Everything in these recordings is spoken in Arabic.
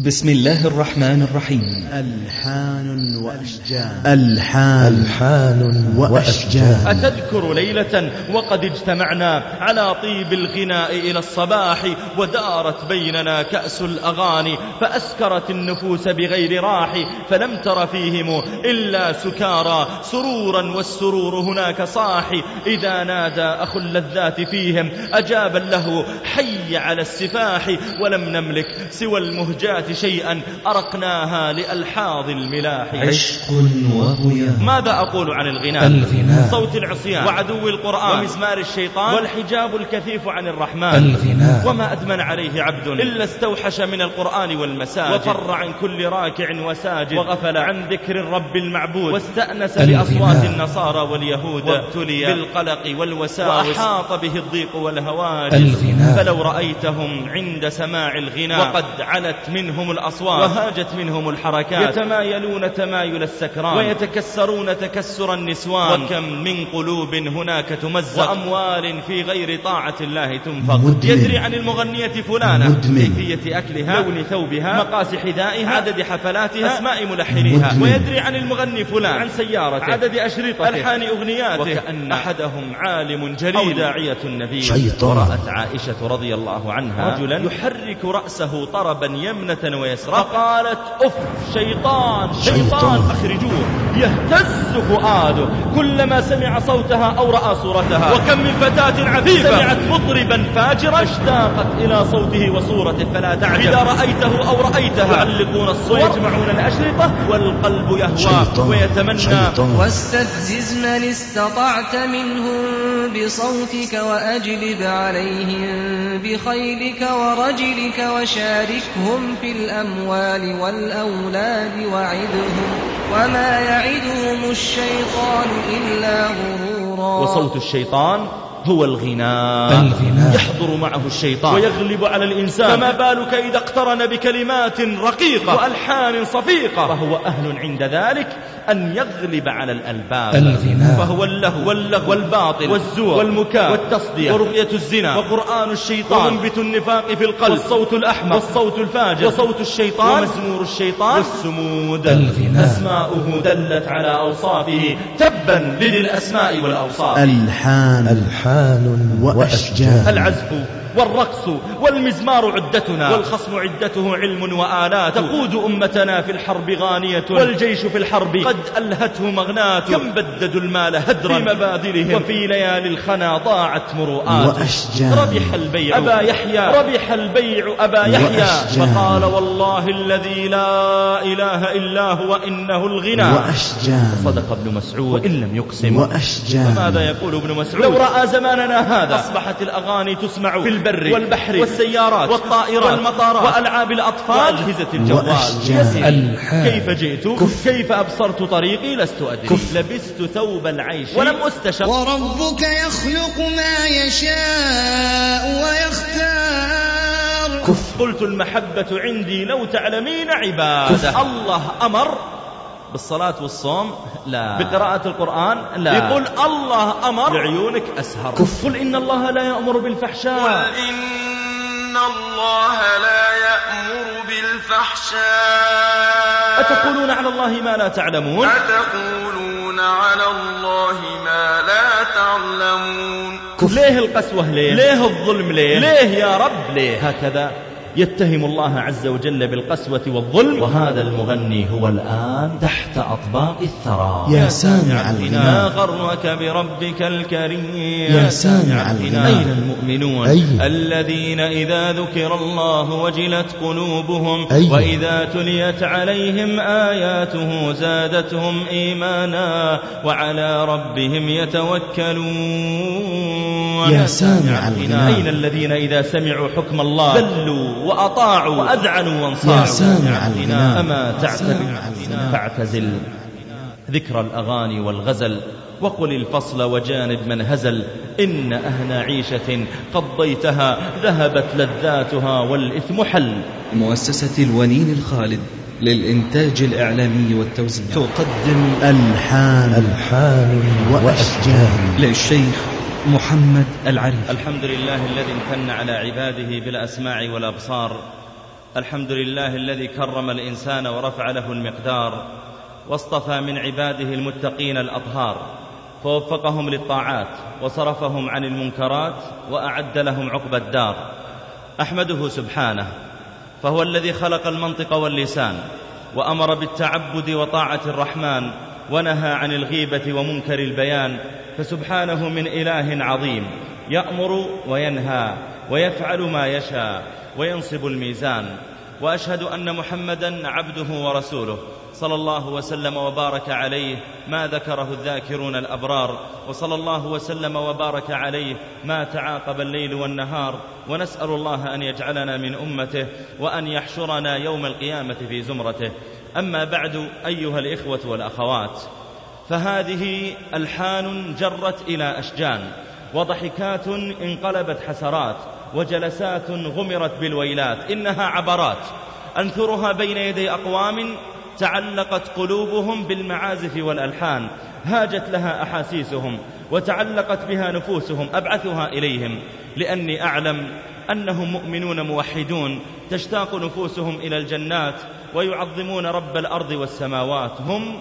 بسم الله الرحمن الرحيم. ألحان وأشجان. أتذكر ليلة وقد اجتمعنا على طيب الغناء إلى الصباح، ودارت بيننا كأس الأغاني فأسكرت النفوس بغير راح، فلم تر فيهم إلا سكارى سرورا، والسرور هناك صاحي. إذا نادى أخو اللذات فيهم أجابا له حي على السفاح، ولم نملك سوى المهجات شيئا أرقناها لألحاظ الملاح. عشق وضياء. ماذا أقول عن الغناء؟ صوت العصيان وعدو القرآن ومزمار الشيطان والحجاب الكثيف عن الرحمن. الغناء. وما أدمن عليه عبد إلا استوحش من القرآن والمساجد، وفر عن كل راكع وساجد، وغفل عن ذكر الرب المعبود، واستأنس بأصوات النصارى واليهود، وابتلي بالقلق والوساوس، وأحاط به الضيق والهواجس. فلو رأيتهم عند سماع الغناء وقد علت منهم الأصوات وهاجت منهم الحركات، يتمايلون تمايل السكران ويتكسرون تكسر النسوان. وكم من قلوب هناك تمزق، وأموال في غير طاعة الله تنفق. يدري عن المغنية فلانة كيفية أكلها، لون ثوبها، مقاس حذائها، عدد حفلاتها، أسماء ملحنيها. ويدري عن المغني فلان عن سيارته، عدد أشرطته، ألحان أغنياته. وكأن أحدهم عالم جليل أو داعية النبي. ورأت عائشة رضي الله عنها رجلا يحرك رأسه طربا يمنة ويسرى، فقالت أف شيطان أخرجوه. يهتز فؤاده كلما سمع صوتها أو رأى صورتها. وكم من فتاة عفيفة سمعت مطربا فاجرا اشتاقت إلى صوته وصورته، فلا تعجب إذا رأيته أو رأيتها يعلقون الصور ويجمعون الأشرطة والقلب يهوى ويتمنى. واستفزز من استطعت منهم بصوتك وأجلب عليهم بخيلك ورجلك وشاركهم في الأموال والأولاد وعدهم وما يعدهم الشيطان إلا غرورا. وصوت الشيطان هو الغناء. يحضر معه الشيطان ويغلب على الإنسان، فما بالك إذا اقترن بكلمات رقيقة وألحان صفيقة، فهو أهل عند ذلك أن يغلب على الألباب. فهو اللهو والباطل والزور والمكاء والتصدية ورؤية الزنا وقرآن الشيطان ومنبت النفاق في القلب والصوت الأحمق والصوت الفاجر وصوت الشيطان ومزمور الشيطان والسمود. أسماؤه دلت على أوصافه، تبا لذي الأسماء والأوصاف. ألحان وأشجان. العزف والرقص والمزمار عدتنا، والخصم عدته علم وآلات. تقود أمتنا في الحرب غانية، والجيش في الحرب قد ألهته مغنات. كم بددوا المال هدرا في مبادلهم، وفي ليالي الخنا ضاعت مروءات. وأشجان. ربح البيع أبا يحيى، فقال والله الذي لا إله إلا هو إنه الغنى. وأشجان. صدق ابن مسعود وإن لم يقسم. وأشجان. فماذا يقول ابن مسعود؟ لو رأى زماننا هذا أصبحت الأغاني تسمع في البر والبحر والسيارات والطائرات والمطارات وألعاب الأطفال وأجهزة الجوال. كيف جئت كيف أبصرت طريقي لست أدري، لبست ثوب العيش ولم أستشق. وربك يخلق ما يشاء ويختار. قلت المحبة عندي لو تعلمين عبادة. الله أمر بالصلاة والصوم لا، بقراءة القرآن لا، يقول الله أمر بعيونك أسهر. قل إن الله لا يأمر بالفحشاء. قل إن الله لا يأمر بالفحشاء. أتقولون على الله ما لا تعلمون. أتقولون على الله ما لا تعلمون. ليه القسوة؟ ليه الظلم؟ ليه يا رب؟ ليه هكذا يتهم الله عز وجل بالقسوة والظلم؟ وهذا المغني هو الآن تحت أطباق الثرى. يا سامع الغناء، ما غرك بربك الكريم. يا سامع الغناء. أين المؤمنون الذين إذا ذكر الله وجلت قلوبهم وإذا تليت عليهم آياته زادتهم إيمانا وعلى ربهم يتوكلون. يا سامع الغناء. أين الذين إذا سمعوا حكم الله ذلوا وأطاعوا وأذعنوا وانصاروا. يا سامع الغناء. أما تعتبر فاعتزل ذكر الأغاني والغزل، وقل الفصل وجانب من هزل. إن أهنى عيشة قضيتها ذهبت لذاتها والإثم حل. مؤسسة الونين الخالد للإنتاج الإعلامي والتوزيع تقدم ألحان وأشجان للشيخ محمد العريف. الحمد لله الذي امتن على عباده بالأسماع والأبصار، الحمد لله الذي كرم الإنسان ورفع له المقدار، واصطفى من عباده المتقين الأطهار، فوفقهم للطاعات وصرفهم عن المنكرات، وأعد لهم عقبى الدار. أحمده سبحانه، فهو الذي خلق المنطق واللسان، وأمر بالتعبد وطاعة الرحمن، ونهى عن الغيبة ومنكر البيان، فسبحانه من إله عظيم يأمر وينهى ويفعل ما يشاء وينصب الميزان. وأشهد أن محمدا عبده ورسوله صلى الله وسلم وبارك عليه ما ذكره الذاكرون الأبرار، وصلى الله وسلم وبارك عليه ما تعاقب الليل والنهار. ونسأل الله أن يجعلنا من أمته، وأن يحشرنا يوم القيامة في زمرته. أما بعد، أيها الإخوة والأخوات، فهذه ألحان جرت إلى أشجان، وضحكات انقلبت حسرات، وجلسات غمرت بالويلات. إنها عبرات أنثرها بين يدي أقوام تعلقت قلوبهم بالمعازف والألحان، هاجت لها أحاسيسهم وتعلقت بها نفوسهم. أبعثها إليهم لأني أعلم أنهم مؤمنون موحدون، تشتاق نفوسهم إلى الجنات، ويعظمون رب الأرض والسماوات. هم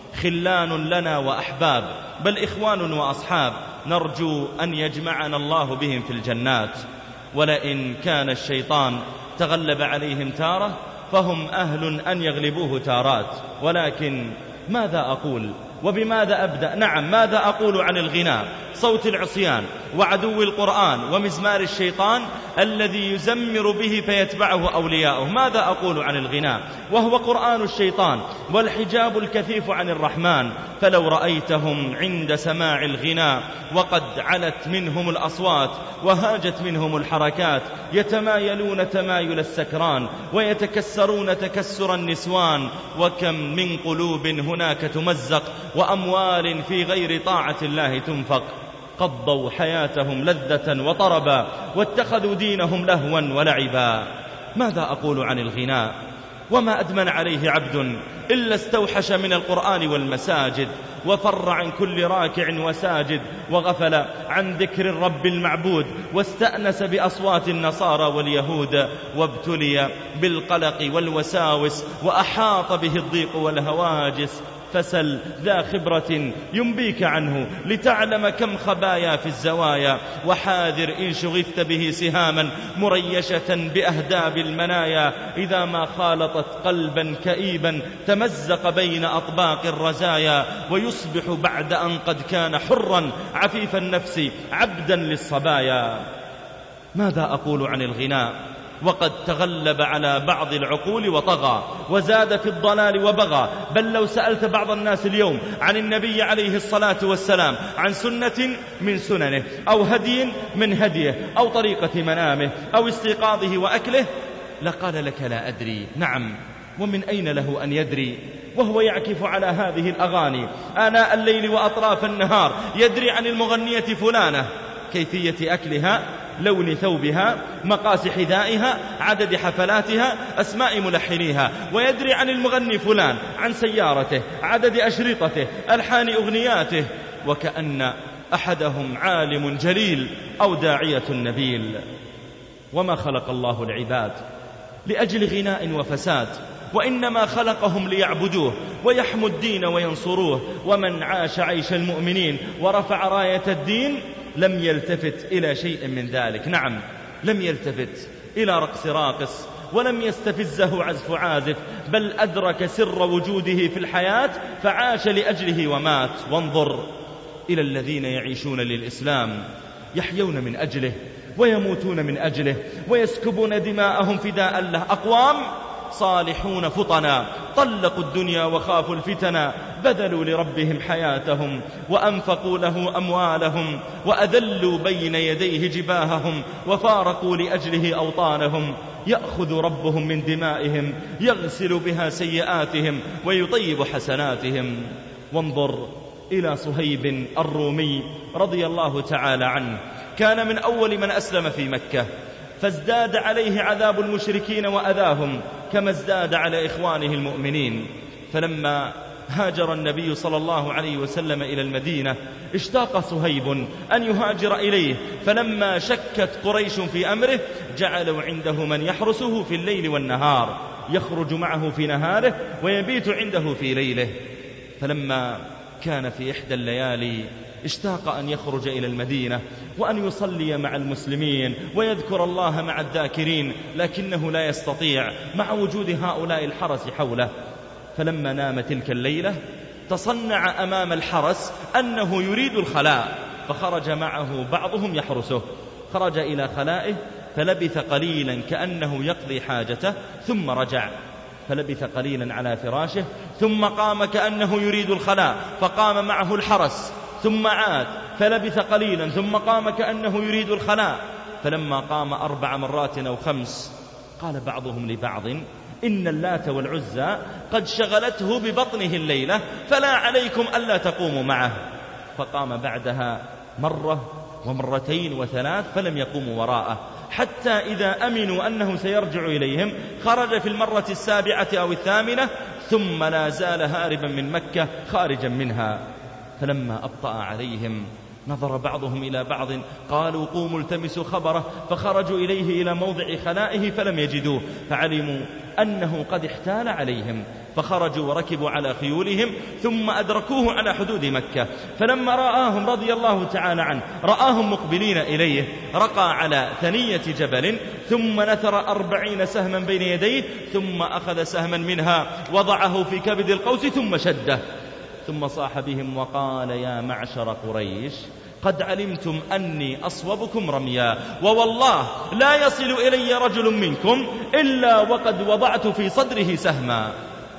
خلان لنا وأحباب، بل إخوان وأصحاب، نرجو أن يجمعنا الله بهم في الجنات. ولئن كان الشيطان تغلب عليهم تارة، فهم أهل أن يغلبوه تارات. ولكن ماذا أقول وبماذا أبدأ؟ نعم، ماذا أقول عن الغناء، صوت العصيان وعدو القرآن ومزمار الشيطان الذي يزمر به فيتبعه أولياؤه؟ ماذا أقول عن الغناء وهو قرآن الشيطان والحجاب الكثيف عن الرحمن؟ فلو رأيتهم عند سماع الغناء وقد علت منهم الأصوات وهاجت منهم الحركات، يتمايلون تمايل السكران ويتكسرون تكسر النسوان. وكم من قلوب هناك تمزق، وأموال في غير طاعة الله تنفق. قضوا حياتهم لذة وطربا، واتخذوا دينهم لهوا ولعبا. ماذا أقول عن الغناء وما أدمن عليه عبد إلا استوحش من القرآن والمساجد، وفر عن كل راكع وساجد، وغفل عن ذكر الرب المعبود، واستأنس بأصوات النصارى واليهود، وابتلي بالقلق والوساوس، وأحاط به الضيق والهواجس. فسل ذا خبرة ينبيك عنه لتعلم كم خبايا في الزوايا، وحاذر إن شغفت به سهاما مريشة بأهداب المنايا. إذا ما خالطت قلبا كئيبا تمزق بين أطباق الرزايا، ويصبح بعد أن قد كان حرا عفيف النفس عبدا للصبايا. ماذا أقول عن الغناء وقد تغلب على بعض العقول وطغى، وزاد في الضلال وبغى؟ بل لو سألت بعض الناس اليوم عن النبي عليه الصلاة والسلام، عن سنة من سننه، أو هدي من هديه، أو طريقة منامه، أو استيقاظه وأكله، لقال لك لا أدري. نعم، ومن أين له أن يدري وهو يعكف على هذه الأغاني آناء الليل وأطراف النهار؟ يدري عن المغنية فلانة كيفية أكلها، لون ثوبها، مقاس حذائها، عدد حفلاتها، أسماء ملحنيها. ويدري عن المغني فلان، عن سيارته، عدد أشرطته، ألحان أغنياته. وكأن أحدهم عالم جليل أو داعية نبيل. وما خلق الله العباد لأجل غناء وفساد، وإنما خلقهم ليعبدوه ويحموا الدين وينصروه. ومن عاش عيش المؤمنين ورفع راية الدين لم يلتفت إلى شيء من ذلك. نعم، لم يلتفت إلى رقص راقص، ولم يستفزه عزف عازف، بل أدرك سر وجوده في الحياة فعاش لأجله ومات. وانظر إلى الذين يعيشون للإسلام، يحيون من أجله ويموتون من أجله، ويسكبون دماءهم فداء له. أقوام صالحون فطنا طلقوا الدنيا وخافوا الفتنا، بذلوا لربهم حياتهم وأنفقوا له أموالهم، وأذلوا بين يديه جباههم، وفارقوا لأجله أوطانهم. يأخذ ربهم من دمائهم، يغسل بها سيئاتهم، ويطيب حسناتهم. وانظر إلى صهيب الرومي رضي الله تعالى عنه، كان من أول من أسلم في مكة، فازداد عليه عذاب المشركين وأذاهم كما ازداد على إخوانه المؤمنين. فلما هاجر النبي صلى الله عليه وسلم إلى المدينة اشتاق صهيب أن يهاجر إليه، فلما شكت قريش في أمره جعلوا عنده من يحرسه في الليل والنهار، يخرج معه في نهاره ويبيت عنده في ليله. فلما كان في إحدى الليالي اشتاق أن يخرج إلى المدينة وأن يصلي مع المسلمين ويذكر الله مع الذاكرين، لكنه لا يستطيع مع وجود هؤلاء الحرس حوله. فلما نام تلك الليلة تصنع أمام الحرس أنه يريد الخلاء، فخرج معه بعضهم يحرسه. خرج إلى خلائه فلبث قليلا كأنه يقضي حاجته ثم رجع، فلبث قليلا على فراشه ثم قام كأنه يريد الخلاء فقام معه الحرس، ثم عاد فلبث قليلا ثم قام كأنه يريد الخلاء. فلما قام 4 مرات أو 5 قال بعضهم لبعض إن اللات والعزى قد شغلته ببطنه الليلة فلا عليكم ألا تقوموا معه. فقام بعدها مرة ومرتين و3 فلم يقوموا وراءه، حتى إذا أمنوا أنه سيرجع إليهم خرج في المرة 7 أو 8 ثم لا زال هاربا من مكة خارجا منها. فلما أبطأ عليهم نظر بعضهم إلى بعض قالوا قوموا التمسوا خبره، فخرجوا إليه إلى موضع خلائه فلم يجدوه، فعلموا أنه قد احتال عليهم، فخرجوا وركبوا على خيولهم ثم أدركوه على حدود مكة. فلما رآهم رضي الله تعالى عنه رآهم مقبلين إليه رقى على ثنية جبل ثم نثر 40 سهما بين يديه، ثم أخذ سهما منها وضعه في كبد القوس ثم شده، ثم صاح بهم وقال يا معشر قريش قد علمتم أني أصوبكم رميا، ووالله لا يصل إلي رجل منكم إلا وقد وضعت في صدره سهما،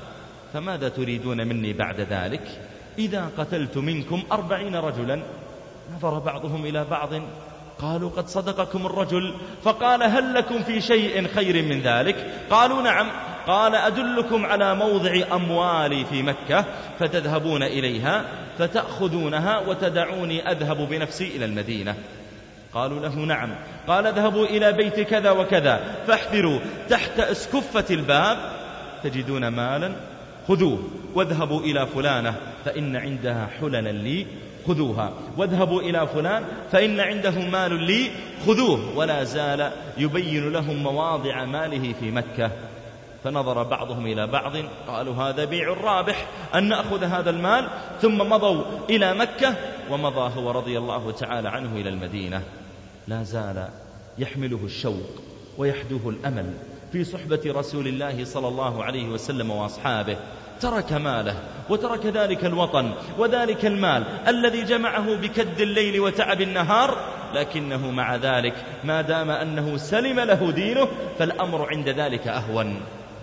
فماذا تريدون مني بعد ذلك؟ إذا قتلت منكم 40 رجلا. نظر بعضهم إلى بعض قالوا قد صدقكم الرجل، فقال هل لكم في شيء خير من ذلك؟ قالوا نعم. قال أدلكم على موضع أموالي في مكة فتذهبون إليها فتأخذونها وتدعوني أذهب بنفسي إلى المدينة. قالوا له نعم. قال اذهبوا إلى بيت كذا وكذا فاحفروا تحت اسكفة الباب تجدون مالا خذوه، واذهبوا إلى فلانة فإن عندها حللا لي خذوها، واذهبوا إلى فلان فإن عنده مال لي خذوه. ولا زال يبين لهم مواضع ماله في مكة. فنظر بعضهم إلى بعض قالوا هذا بيع رابح أن نأخذ هذا المال، ثم مضوا إلى مكة، ومضى هو رضي الله تعالى عنه إلى المدينة. لا زال يحمله الشوق ويحدوه الأمل في صحبة رسول الله صلى الله عليه وسلم وأصحابه. ترك ماله وترك ذلك الوطن وذلك المال الذي جمعه بكد الليل وتعب النهار، لكنه مع ذلك ما دام أنه سلم له دينه فالأمر عند ذلك أهون.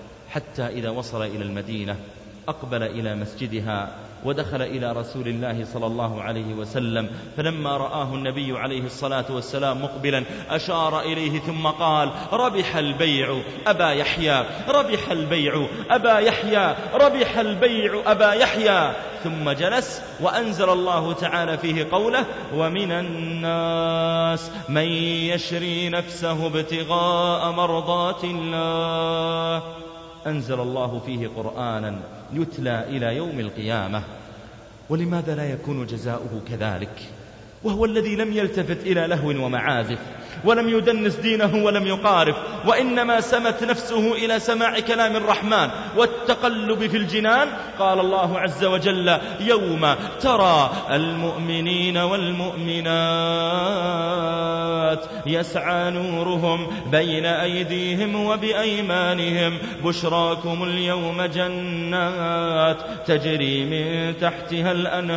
حتى إذا وصل إلى المدينة أقبل إلى مسجدها ودخل إلى رسول الله صلى الله عليه وسلم، فلما رآه النبي عليه الصلاة والسلام مقبلا أشار إليه ثم قال ربح البيع أبا يحيى، ربح البيع أبا يحيى، ربح البيع أبا يحيى. ثم جلس وأنزل الله تعالى فيه قوله ومن الناس من يشري نفسه ابتغاء مرضات الله. أنزل الله فيه قرآنا يتلى إلى يوم القيامة. ولماذا لا يكون جزاؤه كذلك وهو الذي لم يلتفت إلى لهو ومعازف ولم يدنس دينه ولم يقارف، وإنما سمت نفسه إلى سماع كلام الرحمن والتقلب في الجنان؟ قال الله عز وجل يوم ترى المؤمنين والمؤمنات يسعى نورهم بين أيديهم وبأيمانهم بشراكم اليوم جنات تجري من تحتها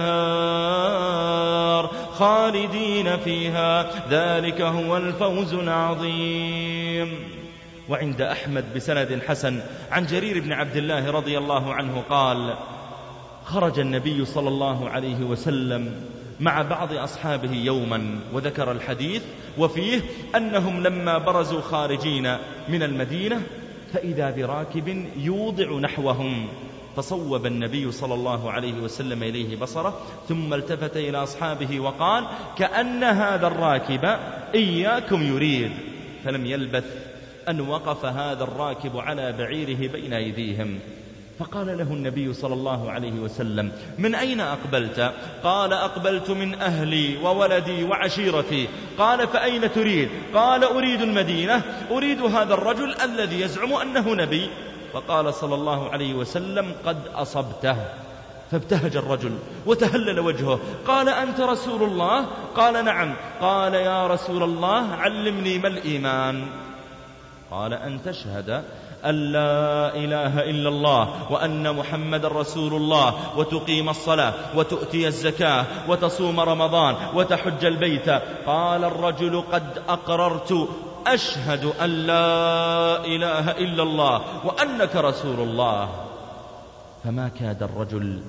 الأنهار خالدين فيها ذلك هو الفوز العظيم. وعند أحمد بسند حسن عن جرير بن عبد الله رضي الله عنه قال خرج النبي صلى الله عليه وسلم مع بعض أصحابه يوما، وذكر الحديث وفيه أنهم لما برزوا خارجين من المدينة فإذا براكب يوضع نحوهم، فصوب النبي صلى الله عليه وسلم إليه بصره ثم التفت إلى أصحابه وقال كأن هذا الراكب إياكم يريد. فلم يلبث أن وقف هذا الراكب على بعيره بين أيديهم، فقال له النبي صلى الله عليه وسلم: من أين أقبلت؟ قال: أقبلت من أهلي وولدي وعشيرتي. قال: فأين تريد؟ قال: أريد المدينة، أريد هذا الرجل الذي يزعم أنه نبي. فقال صلى الله عليه وسلم: قد أصبته. فابتهج الرجل وتهلل وجهه. قال: أنت رسول الله؟ قال: نعم. قال: يا رسول الله علمني ما الإيمان؟ قال: أن تشهد أن لا إله إلا الله وأن محمد رسول الله، وتقيم الصلاة، وتؤتي الزكاة، وتصوم رمضان، وتحج البيت. قال الرجل: قد أقررت، أشهد أن لا إله إلا الله وأنك رسول الله. فما كاد الرجل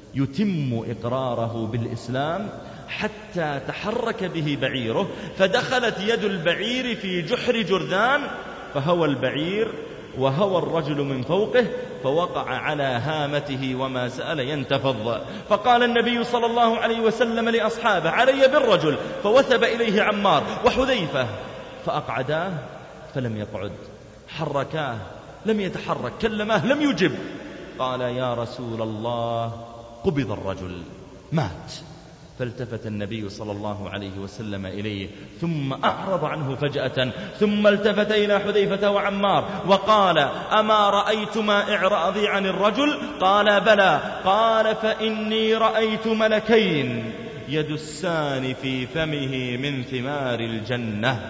يتم إقراره بالإسلام حتى تحرك به بعيره، فدخلت يد البعير في جحر جرذان، فهوى البعير وهوى الرجل من فوقه، فوقع على هامته وما سأل ينتفض. فقال النبي صلى الله عليه وسلم لأصحابه: علي بالرجل. فوثب إليه عمار وحذيفة فأقعداه فلم يقعد، حركاه لم يتحرك، كلماه لم يجب. قال: يا رسول الله، قبض الرجل، مات. فالتفت النبي صلى الله عليه وسلم إليه ثم أعرض عنه فجأة، ثم التفت إلى حذيفة وعمار وقال: أما رأيتما إعراضي عن الرجل؟ قال: بلى. قال: فإني رأيت ملكين يدسان في فمه من ثمار الجنة،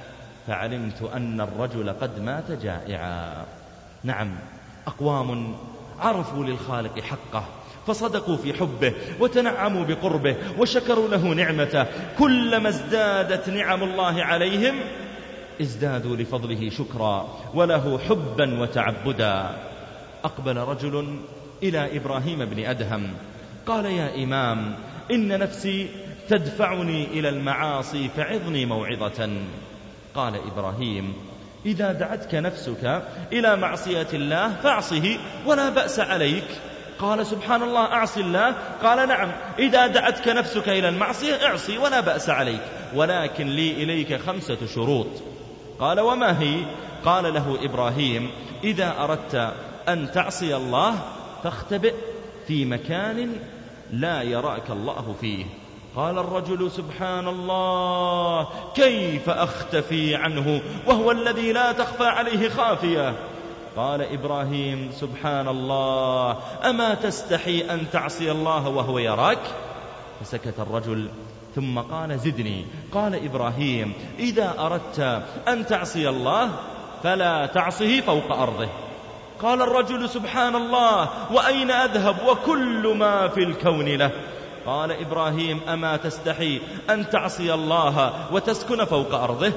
فعلمت أن الرجل قد مات جائعا. نعم، أقوام عرفوا للخالق حقه فصدقوا في حبه وتنعموا بقربه وشكروا له نعمته. كلما ازدادت نعم الله عليهم ازدادوا لفضله شكرا وله حبا وتعبدا. أقبل رجل إلى إبراهيم بن أدهم قال: يا إمام، إن نفسي تدفعني إلى المعاصي فعظني موعظة. قال إبراهيم: إذا دعتك نفسك إلى معصية الله فاعصه ولا بأس عليك. قال: سبحان الله، أعصي الله؟ قال: نعم، إذا دعتك نفسك إلى المعصية اعصي ولا بأس عليك، ولكن لي إليك 5 شروط. قال: وما هي؟ قال له إبراهيم: إذا أردت أن تعصي الله فاختبئ في مكان لا يراك الله فيه. قال الرجل: سبحان الله، كيف أختفي عنه وهو الذي لا تخفى عليه خافية؟ قال إبراهيم: سبحان الله، أما تستحي أن تعصي الله وهو يراك؟ فسكت الرجل ثم قال: زدني. قال إبراهيم: إذا أردت أن تعصي الله فلا تعصه فوق أرضه. قال الرجل: سبحان الله، وأين أذهب وكل ما في الكون له؟ قال إبراهيم: أما تستحي أن تعصي الله وتسكن فوق أرضه؟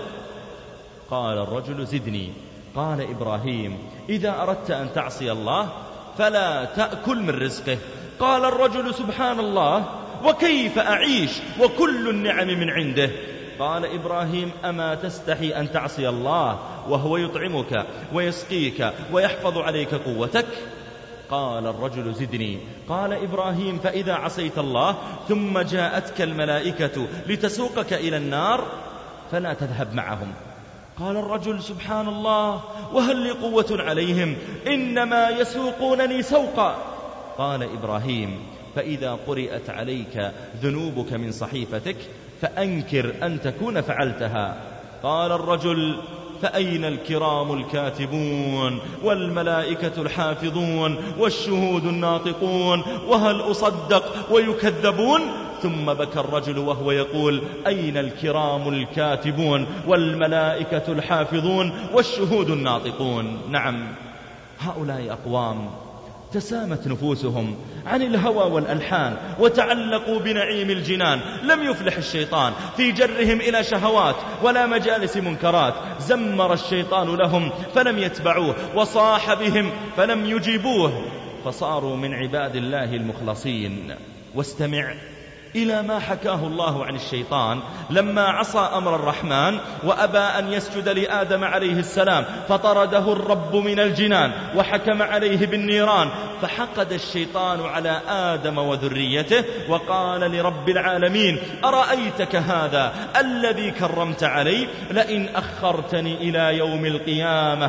قال الرجل: زدني. قال إبراهيم: إذا أردت أن تعصي الله فلا تأكل من رزقه. قال الرجل: سبحان الله، وكيف أعيش وكل النعم من عنده؟ قال إبراهيم: أما تستحي أن تعصي الله وهو يطعمك ويسقيك ويحفظ عليك قوتك؟ قال الرجل: زدني. قال إبراهيم: فإذا عصيت الله ثم جاءتك الملائكة لتسوقك إلى النار فلا تذهب معهم. قال الرجل: سبحان الله، وهل لي قوة عليهم؟ إنما يسوقونني سوقا. قال إبراهيم: فإذا قرئت عليك ذنوبك من صحيفتك فأنكر أن تكون فعلتها. قال الرجل: فأين الكرام الكاتبون والملائكة الحافظون والشهود الناطقون؟ وهل أصدق ويكذبون؟ ثم بكى الرجل وهو يقول: أين الكرام الكاتبون والملائكة الحافظون والشهود الناطقون؟ نعم، هؤلاء أقوام تسامت نفوسهم عن الهوى والألحان وتعلقوا بنعيم الجنان. لم يفلح الشيطان في جرهم إلى شهوات ولا مجالس منكرات. زمر الشيطان لهم فلم يتبعوه، وصاح بهم فلم يجيبوه، فصاروا من عباد الله المخلصين. واستمع إلى ما حكاه الله عن الشيطان لما عصى أمر الرحمن وأبى أن يسجد لآدم عليه السلام، فطرده الرب من الجنان وحكم عليه بالنيران، فحقد الشيطان على آدم وذريته وقال لرب العالمين: أرأيتك هذا الذي كرمت علي؟ لئن أخرتني إلى يوم القيامة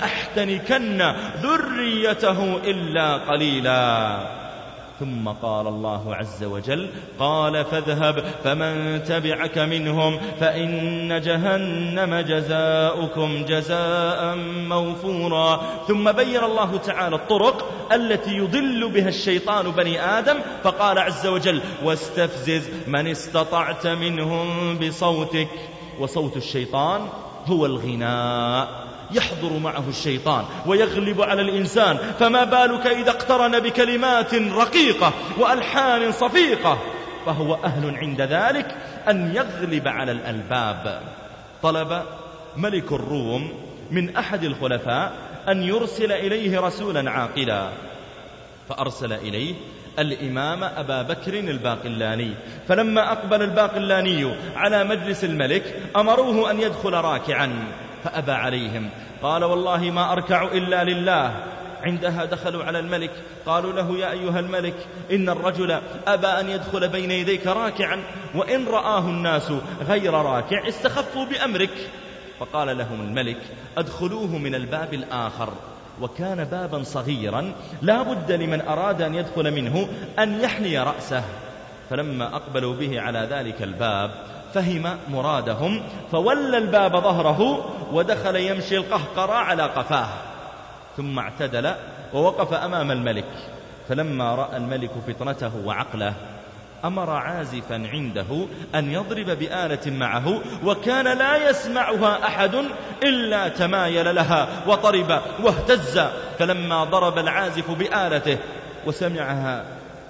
لأحتنكن ذريته إلا قليلا. ثم قال الله عز وجل: قال فاذهب فمن تبعك منهم فإن جهنم جزاؤكم جزاء موفورا. ثم بين الله تعالى الطرق التي يضل بها الشيطان بني آدم، فقال عز وجل: واستفزز من استطعت منهم بصوتك. وصوت الشيطان هو الغناء، يحضر معه الشيطان ويغلب على الإنسان، فما بالك إذا اقترن بكلمات رقيقة وألحان صفيقة، فهو أهل عند ذلك أن يغلب على الألباب. طلب ملك الروم من أحد الخلفاء أن يرسل إليه رسولا عاقلا، فأرسل إليه الإمام أبا بكر الباقلاني. فلما أقبل الباقلاني على مجلس الملك أمروه أن يدخل راكعا، فأبى عليهم، قال: والله ما أركع إلا لله. عندها دخلوا على الملك، قالوا له: يا أيها الملك، إن الرجل أبى أن يدخل بين يديك راكعا، وإن رآه الناس غير راكع استخفوا بأمرك. فقال لهم الملك: أدخلوه من الباب الآخر. وكان بابا صغيرا لا بد لمن أراد أن يدخل منه أن يحني رأسه. فلما أقبلوا به على ذلك الباب فهم مرادهم، فولى الباب ظهره ودخل يمشي القهقرى على قفاه، ثم اعتدل ووقف أمام الملك. فلما رأى الملك فطنته وعقله أمر عازفا عنده أن يضرب بآلة معه، وكان لا يسمعها أحد إلا تمايل لها وطرب واهتز. فلما ضرب العازف بآلته وسمعها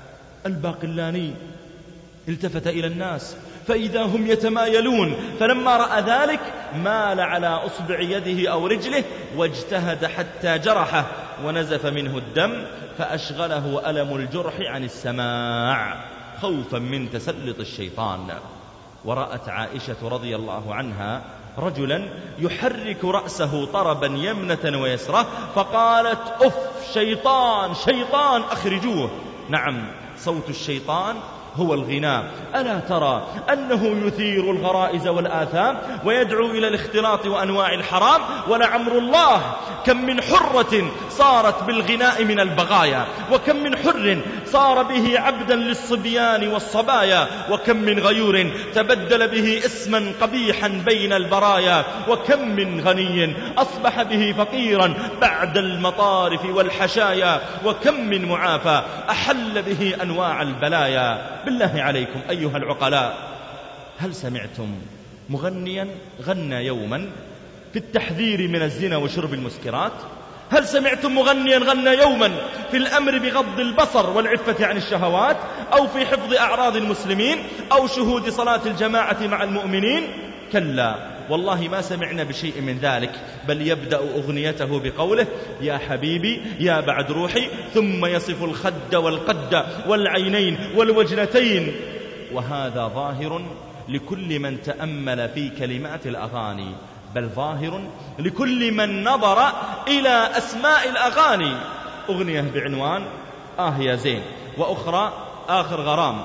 الباقلاني التفت إلى الناس فإذا هم يتمايلون، فلما رأى ذلك مال على أصبع يده أو رجله واجتهد حتى جرحه ونزف منه الدم، فأشغله ألم الجرح عن السماع خوفا من تسلط الشيطان. ورأت عائشة رضي الله عنها رجلا يحرك رأسه طربا يمنة ويسرة، فقالت: أف، شيطان شيطان أخرجوه. نعم، صوت الشيطان هو الغناء. ألا ترى أنه يثير الغرائز والآثام ويدعو إلى الاختلاط وأنواع الحرام؟ ولعمر الله كم من حرة صارت بالغناء من البغايا، وكم من حر صار به عبدا للصبيان والصبايا، وكم من غيور تبدل به اسما قبيحا بين البرايا، وكم من غني أصبح به فقيرا بعد المطارف والحشايا، وكم من معافى أحل به أنواع البلايا. بالله عليكم أيها العقلاء، هل سمعتم مغنيا غنى يوما في التحذير من الزنا وشرب المسكرات؟ هل سمعتم مغنيا غنى يوما في الأمر بغض البصر والعفة عن الشهوات، أو في حفظ أعراض المسلمين، أو شهود صلاة الجماعة مع المؤمنين؟ كلا والله ما سمعنا بشيء من ذلك، بل يبدأ أغنيته بقوله: يا حبيبي يا بعد روحي، ثم يصف الخد والقد والعينين والوجنتين. وهذا ظاهر لكل من تأمل في كلمات الأغاني، بل ظاهر لكل من نظر إلى أسماء الأغاني. أغنية بعنوان يا زين، وأخرى آخر غرام،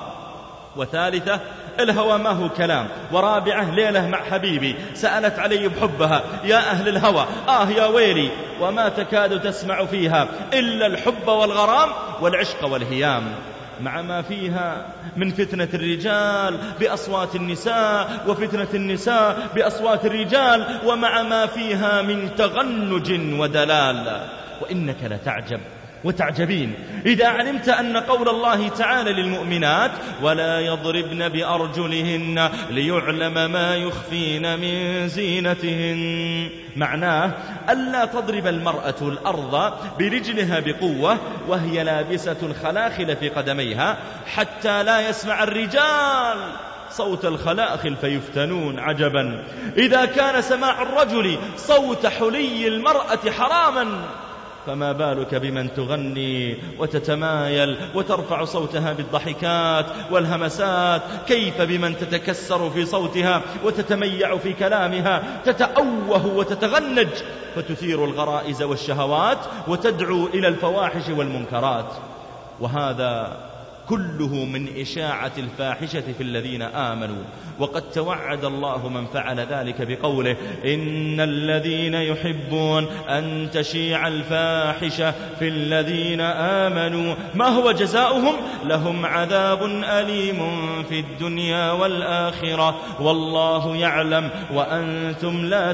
وثالثة الهوى ما هو كلام، ورابعة ليلة مع حبيبي سألت علي بحبها يا أهل الهوى يا ويلي، وما تكاد تسمع فيها إلا الحب والغرام والعشق والهيام، مع ما فيها من فتنة الرجال بأصوات النساء، وفتنة النساء بأصوات الرجال، ومع ما فيها من تغنج ودلال. وإنك لتعجب وتعجبين إذا علمت أن قول الله تعالى للمؤمنات: ولا يضربن بأرجلهن ليعلم ما يخفين من زينتهن، معناه ألا تضرب المرأة الأرض برجلها بقوة وهي لابسة الخلاخل في قدميها حتى لا يسمع الرجال صوت الخلاخل فيفتنون. عجبا إذا كان سماع الرجل صوت حلي المرأة حراما، فما بالك بمن تغني وتتمايل وترفع صوتها بالضحكات والهمسات؟ كيف بمن تتكسر في صوتها وتتميع في كلامها، تتأوه وتتغنج فتثير الغرائز والشهوات وتدعو إلى الفواحش والمنكرات؟ وهذا كله من إشاعة الفاحشة في الذين آمنوا. وقد توعد الله من فعل ذلك بقوله: إن الذين يحبون أن تشيع الفاحشة في الذين آمنوا ما هو جزاؤهم؟ لهم عذاب أليم في الدنيا والآخرة والله يعلم وأنتم لا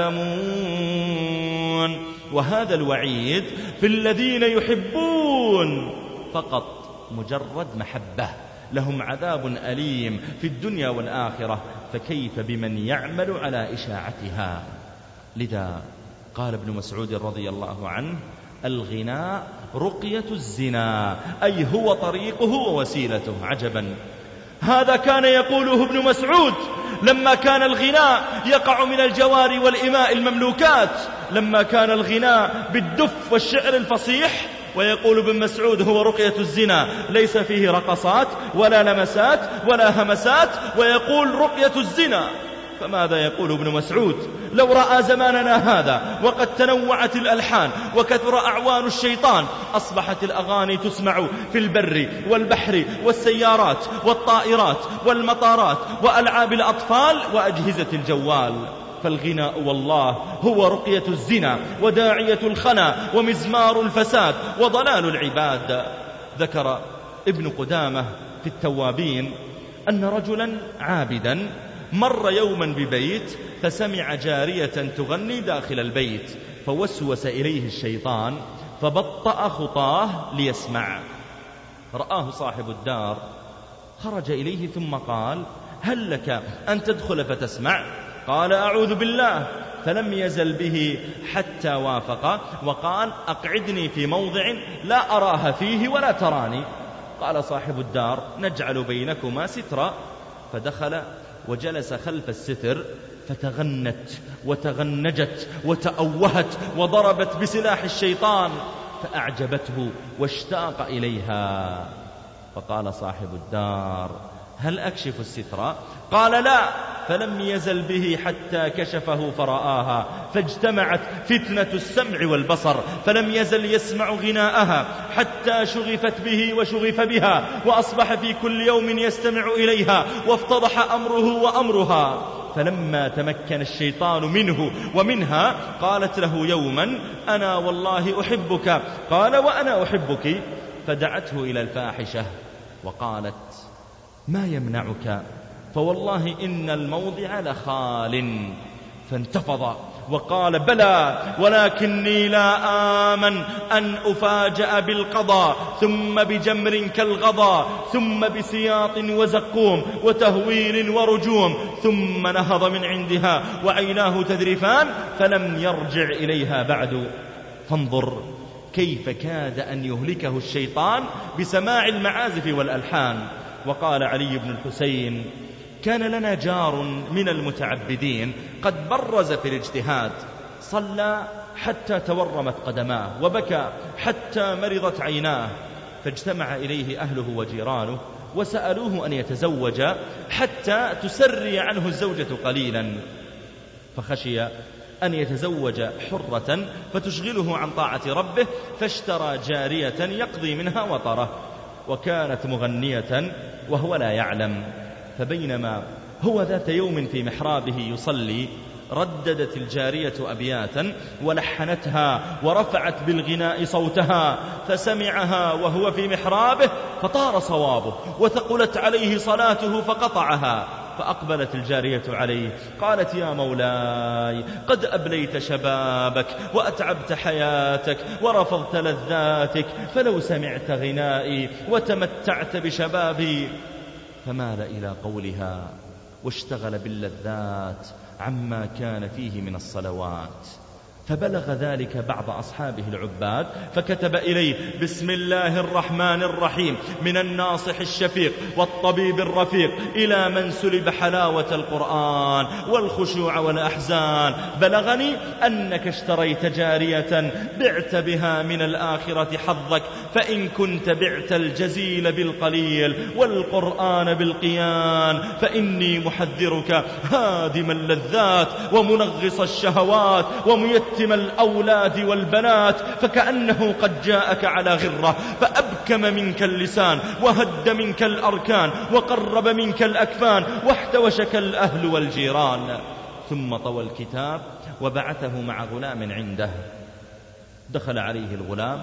تعلمون. وهذا الوعيد في الذين يحبون فقط، مجرد محبة، لهم عذاب أليم في الدنيا والآخرة، فكيف بمن يعمل على إشاعتها؟ لذا قال ابن مسعود رضي الله عنه: الغناء رقية الزنا، أي هو طريقه ووسيلته. عجبا، هذا كان يقوله ابن مسعود لما كان الغناء يقع من الجواري والإماء المملوكات، لما كان الغناء بالدف والشعر الفصيح. ويقول ابن مسعود: هو رقية الزنا، ليس فيه رقصات ولا لمسات ولا همسات، ويقول رقية الزنا. فماذا يقول ابن مسعود لو رأى زماننا هذا وقد تنوعت الألحان وكثر أعوان الشيطان، أصبحت الأغاني تسمع في البر والبحر والسيارات والطائرات والمطارات وألعاب الأطفال وأجهزة الجوال؟ فالغناء والله هو رقية الزنا وداعية الخنا ومزمار الفساد وضلال العباد. ذكر ابن قدامة في التوابين أن رجلا عابدا مر يوما ببيت فسمع جارية تغني داخل البيت، فوسوس إليه الشيطان فبطأ خطاه ليسمع. رآه صاحب الدار، خرج إليه ثم قال: هل لك أن تدخل فتسمع؟ قال: أعوذ بالله. فلم يزل به حتى وافق وقال: أقعدني في موضع لا أراها فيه ولا تراني. قال صاحب الدار: نجعل بينكما سترا. فدخل وجلس خلف الستر فتغنت وتغنجت وتأوهت وضربت بسلاح الشيطان، فأعجبته واشتاق إليها. فقال صاحب الدار: هل أكشف الستر؟ قال: لا. فلم يزل به حتى كشفه فرآها، فاجتمعت فتنة السمع والبصر، فلم يزل يسمع غناءها حتى شغفت به وشغف بها، وأصبح في كل يوم يستمع إليها، وافتضح أمره وأمرها. فلما تمكن الشيطان منه ومنها قالت له يوما: أنا والله أحبك. قال: وأنا أحبك. فدعته إلى الفاحشة وقالت: ما يمنعك؟ فوالله إن الموضع لخال. فانتفض وقال: بلى، ولكني لا آمن أن أفاجأ بالقضاء ثم بجمر كالغضا ثم بسياط وزقوم وتهويل ورجوم. ثم نهض من عندها وعيناه تذرفان فلم يرجع إليها بعد. فانظر كيف كاد أن يهلكه الشيطان بسماع المعازف والألحان. وقال علي بن الحسين: كان لنا جار من المتعبدين قد برز في الاجتهاد، صلى حتى تورمت قدماه وبكى حتى مرضت عيناه، فاجتمع إليه أهله وجيرانه وسألوه أن يتزوج حتى تسري عنه الزوجة قليلا، فخشي أن يتزوج حرة فتشغله عن طاعة ربه، فاشترى جارية يقضي منها وطره، وكانت مغنية وهو لا يعلم. فبينما هو ذات يوم في محرابه يصلي، رددت الجارية أبياتا ولحنتها ورفعت بالغناء صوتها، فسمعها وهو في محرابه فطار صوابه وثقلت عليه صلاته فقطعها. فأقبلت الجارية عليه قالت: يا مولاي، قد أبليت شبابك وأتعبت حياتك ورفضت لذاتك، فلو سمعت غنائي وتمتعت بشبابي. فمال إلى قولها واشتغل باللذات عما كان فيه من الصلوات. فبلغ ذلك بعض أصحابه العباد فكتب إليه: بسم الله الرحمن الرحيم، من الناصح الشفيق والطبيب الرفيق إلى من سلب حلاوة القرآن والخشوع والأحزان، بلغني أنك اشتريت جارية بعت بها من الآخرة حظك، فإن كنت بعت الجزيل بالقليل والقرآن بالقيان فإني محذرك هادم اللذات ومنغص الشهوات وميتم الأولاد والبنات، فكأنه قد جاءك على غرة فأبكم منك اللسان وهد منك الأركان وقرب منك الأكفان واحتوشك الأهل والجيران. ثم طوى الكتاب وبعثه مع غلام عنده. دخل عليه الغلام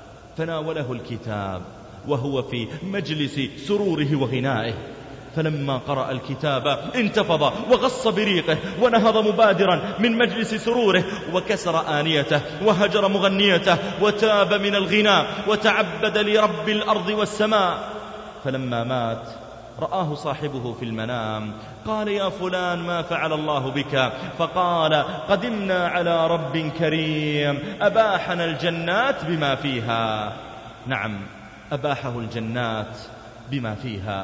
فناوله الكتاب وهو في مجلس سروره وغنائه، فلما قرأ الكتاب انتفض وغص بريقه ونهض مبادرا من مجلس سروره وكسر آنيته وهجر مغنيته وتاب من الغناء وتعبد لرب الأرض والسماء. فلما مات رآه صاحبه في المنام، قال: يا فلان ما فعل الله بك؟ فقال: قدمنا على رب كريم أباحنا الجنات بما فيها. نعم، أباحه الجنات بما فيها.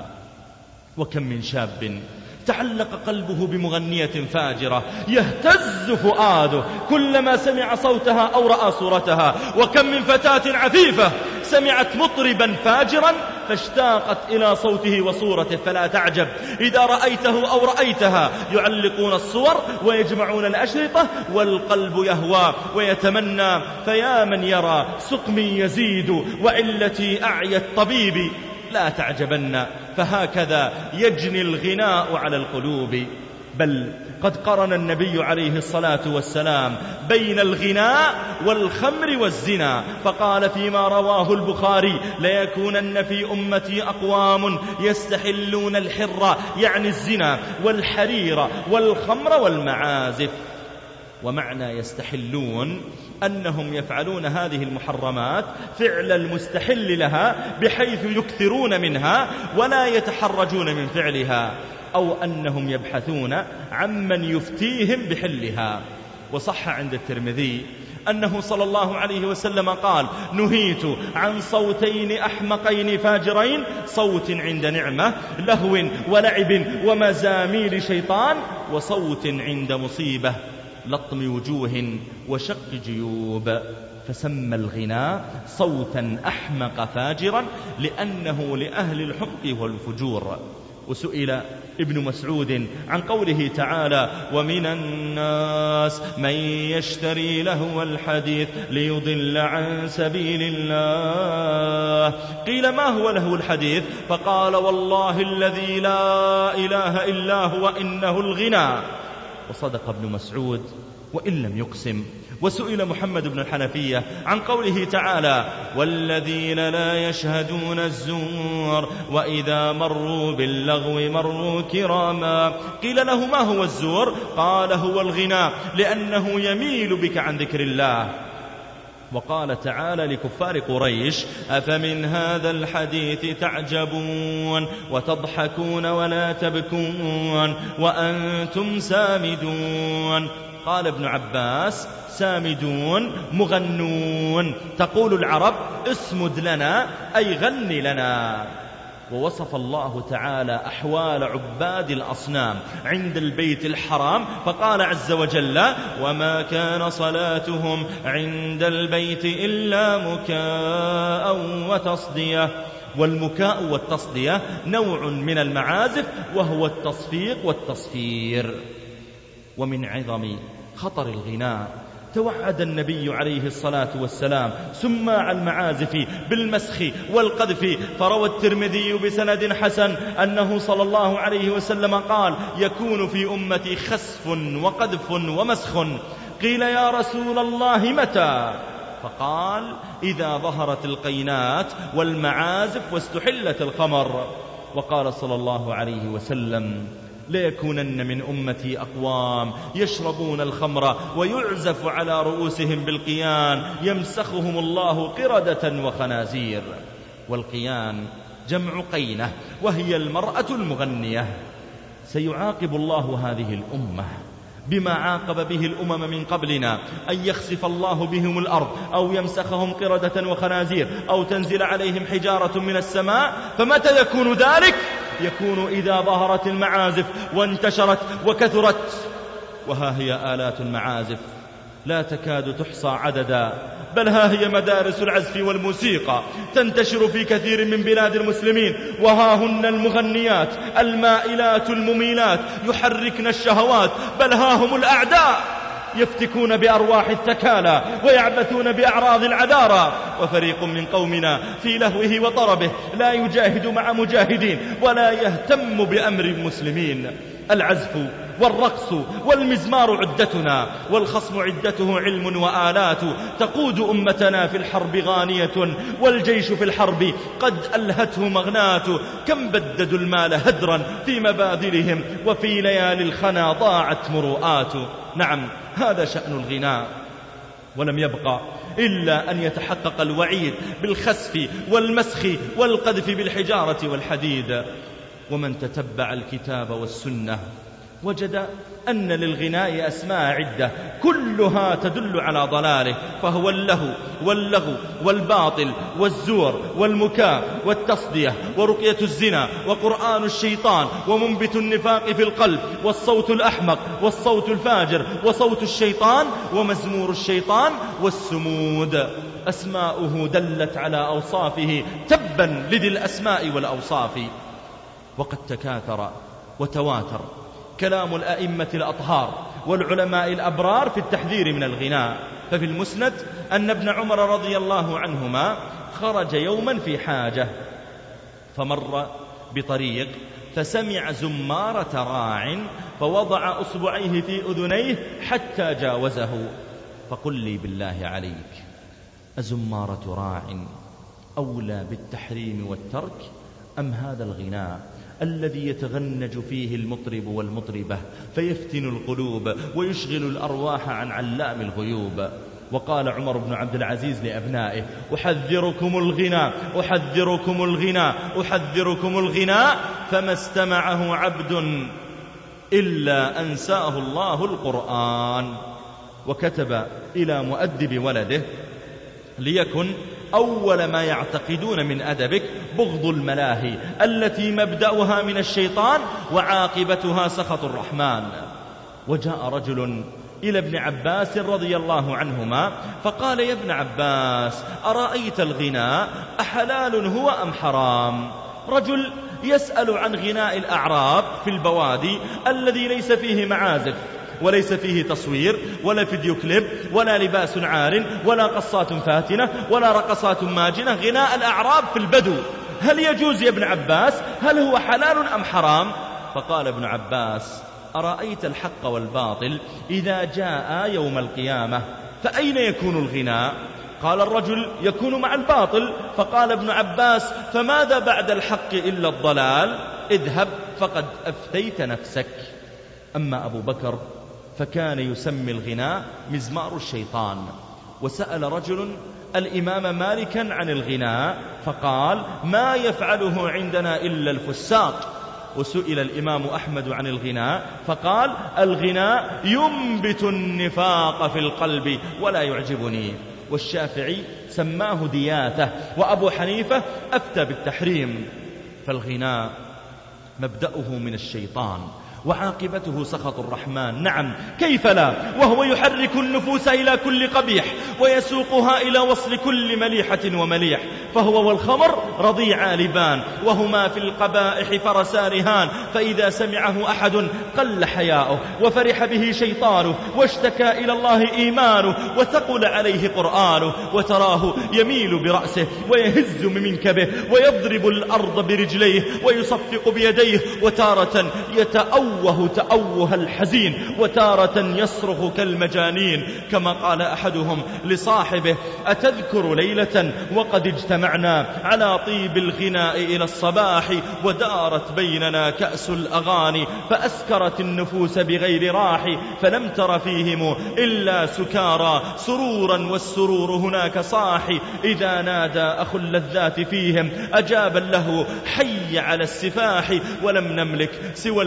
وكم من شاب تعلق قلبه بمغنية فاجرة يهتز فؤاده كلما سمع صوتها أو رأى صورتها، وكم من فتاة عفيفة سمعت مطربا فاجرا فاشتاقت إلى صوته وصورته. فلا تعجب إذا رأيته أو رأيتها يعلقون الصور ويجمعون الأشرطة والقلب يهوى ويتمنى. فيا من يرى سقمي يزيد وعلتي أعيت طبيبي، لا تعجبن، فهكذا يجني الغناء على القلوب. بل قد قرن النبي عليه الصلاة والسلام بين الغناء والخمر والزنا، فقال فيما رواه البخاري: ليكونن في أمتي أقوام يستحلون الحر، يعني الزنا، والحرير والخمر والمعازف. ومعنى يستحلون أنهم يفعلون هذه المحرمات فعل المستحل لها بحيث يكثرون منها ولا يتحرجون من فعلها، أو أنهم يبحثون عمن يفتيهم بحلها. وصح عند الترمذي أنه صلى الله عليه وسلم قال: نهيت عن صوتين أحمقين فاجرين، صوت عند نعمة لهو ولعب ومزامير شيطان، وصوت عند مصيبة لطم وجوه وشق جيوب. فسمى الغناء صوتا أحمق فاجرا لأنه لأهل الحمق والفجور. وسئل ابن مسعود عن قوله تعالى: ومن الناس من يشتري لهو الحديث ليضل عن سبيل الله. قيل: ما هو لهو الحديث؟ فقال: والله الذي لا إله إلا هو إنه الغنى. وصدق ابن مسعود وإن لم يقسم. وسئل محمد بن الحنفية عن قوله تعالى: والذين لا يشهدون الزور وإذا مروا باللغو مروا كراما. قيل له: ما هو الزور؟ قال: هو الغناء، لأنه يميل بك عن ذكر الله. وقال تعالى لكفار قريش: أفمن هذا الحديث تعجبون وتضحكون ولا تبكون وأنتم سامدون. قال ابن عباس: سامدون مغنون. تقول العرب: اسمد لنا أي غن لنا. ووصف الله تعالى أحوال عباد الأصنام عند البيت الحرام فقال عز وجل: وما كان صلاتهم عند البيت إلا مكاء وتصدية. والمكاء والتصدية نوع من المعازف وهو التصفيق والتصفير. ومن عظم خطر الغناء توعد النبي عليه الصلاة والسلام سماع المعازف بالمسخ والقذف، فروى الترمذي بسند حسن أنه صلى الله عليه وسلم قال: يكون في أمتي خسف وقذف ومسخ. قيل: يا رسول الله متى؟ فقال: إذا ظهرت القينات والمعازف واستحلت الخمر. وقال صلى الله عليه وسلم: ليكونن من أمتي أقوام يشربون الخمر ويعزف على رؤوسهم بالقيان يمسخهم الله قردة وخنازير. والقيان جمع قينة وهي المرأة المغنية. سيعاقب الله هذه الأمة بما عاقب به الأمم من قبلنا، أن يخسف الله بهم الأرض أو يمسخهم قردة وخنازير أو تنزل عليهم حجارة من السماء. فمتى يكون ذلك؟ يكون إذا ظهرت المعازف وانتشرت وكثرت. وها هي آلات المعازف لا تكاد تحصى عددا، بل ها هي مدارس العزف والموسيقى تنتشر في كثير من بلاد المسلمين، وها هن المغنيات المائلات المميلات يحركن الشهوات، بل ها هم الأعداء يفتكون بأرواح الثكالى ويعبثون بأعراض العذارى. وفريق من قومنا في لهوه وطربه لا يجاهد مع مجاهدين ولا يهتم بأمر المسلمين. العزف والرقص والمزمار عدتنا، والخصم عدته علم وآلات، تقود أمتنا في الحرب غانية، والجيش في الحرب قد ألهته مغناة. كم بددوا المال هدرا في مبادلهم، وفي ليالي الخنا ضاعت مروءات. نعم، هذا شأن الغناء، ولم يبقى إلا أن يتحقق الوعيد بالخسف والمسخ والقذف بالحجارة والحديد. ومن تتبع الكتاب والسنة وجد أن للغناء أسماء عدة كلها تدل على ضلاله، فهو واللغو والباطل والزور والمكاء والتصدية ورقية الزنا وقرآن الشيطان ومنبت النفاق في القلب والصوت الأحمق والصوت الفاجر وصوت الشيطان ومزمور الشيطان والسمود. أسماؤه دلت على أوصافه، تبا لذي الأسماء والأوصاف. وقد تكاثر وتواتر كلام الأئمة الأطهار والعلماء الأبرار في التحذير من الغناء. ففي المسند أن ابن عمر رضي الله عنهما خرج يوما في حاجة، فمر بطريق فسمع زمارة راع، فوضع أصبعيه في أذنيه حتى جاوزه. فقل لي بالله عليك، أزمارة راع أولى بالتحريم والترك أم هذا الغناء الذي يتغنج فيه المطرب والمطربة فيفتن القلوب ويشغل الأرواح عن علام الغيوب؟ وقال عمر بن عبد العزيز لأبنائه: أحذركم الغناء أحذركم الغناء أحذركم الغناء، فما استمعه عبد إلا أنساه الله القرآن. وكتب إلى مؤدب ولده: ليكن أول ما يعتقدون من أدبك بغض الملاهي التي مبدأها من الشيطان وعاقبتها سخط الرحمن. وجاء رجل إلى ابن عباس رضي الله عنهما فقال: يا ابن عباس، أرأيت الغناء أحلال هو أم حرام؟ رجل يسأل عن غناء الأعراب في البوادي الذي ليس فيه معازف وليس فيه تصوير ولا فيديو كليب ولا لباس عار ولا قصات فاتنة ولا رقصات ماجنة، غناء الأعراب في البدو، هل يجوز يا ابن عباس؟ هل هو حلال أم حرام؟ فقال ابن عباس: أرأيت الحق والباطل إذا جاء يوم القيامة فأين يكون الغناء؟ قال الرجل: يكون مع الباطل. فقال ابن عباس: فماذا بعد الحق إلا الضلال؟ اذهب فقد أفتيت نفسك. أما أبو بكر فكان يسمي الغناء مزمار الشيطان. وسأل رجل الإمام مالكا عن الغناء فقال: ما يفعله عندنا إلا الفساق. وسئل الإمام أحمد عن الغناء فقال: الغناء ينبت النفاق في القلب ولا يعجبني. والشافعي سماه دياثة، وأبو حنيفة أفتى بالتحريم. فالغناء مبدأه من الشيطان وعاقبته سخط الرحمن. نعم، كيف لا، وهو يحرك النفوس إلى كل قبيح ويسوقها إلى وصل كل مليحة ومليح. فهو والخمر رضيعا لبان، وهما في القبائح فرسان هان. فإذا سمعه أحد قل حياؤه وفرح به شيطانه واشتكى إلى الله إيمانه وثقل عليه قرآنه، وتراه يميل برأسه ويهز بمنكبه ويضرب الأرض برجليه ويصفق بيديه، وتارة يتأوه تأوه الحزين وتارة يصرخ كالمجانين. كما قال أحدهم لصاحبه: أتذكر ليلة وقد اجتمعنا على طيب الغناء إلى الصباح، ودارت بيننا كأس الأغاني فأسكرت النفوس بغير راح، فلم تر فيهم إلا سكارى سرورا والسرور هناك صاحي. إذا نادى أخو اللذات فيهم أجاب له حي على السفاح، ولم نملك سوى المهجات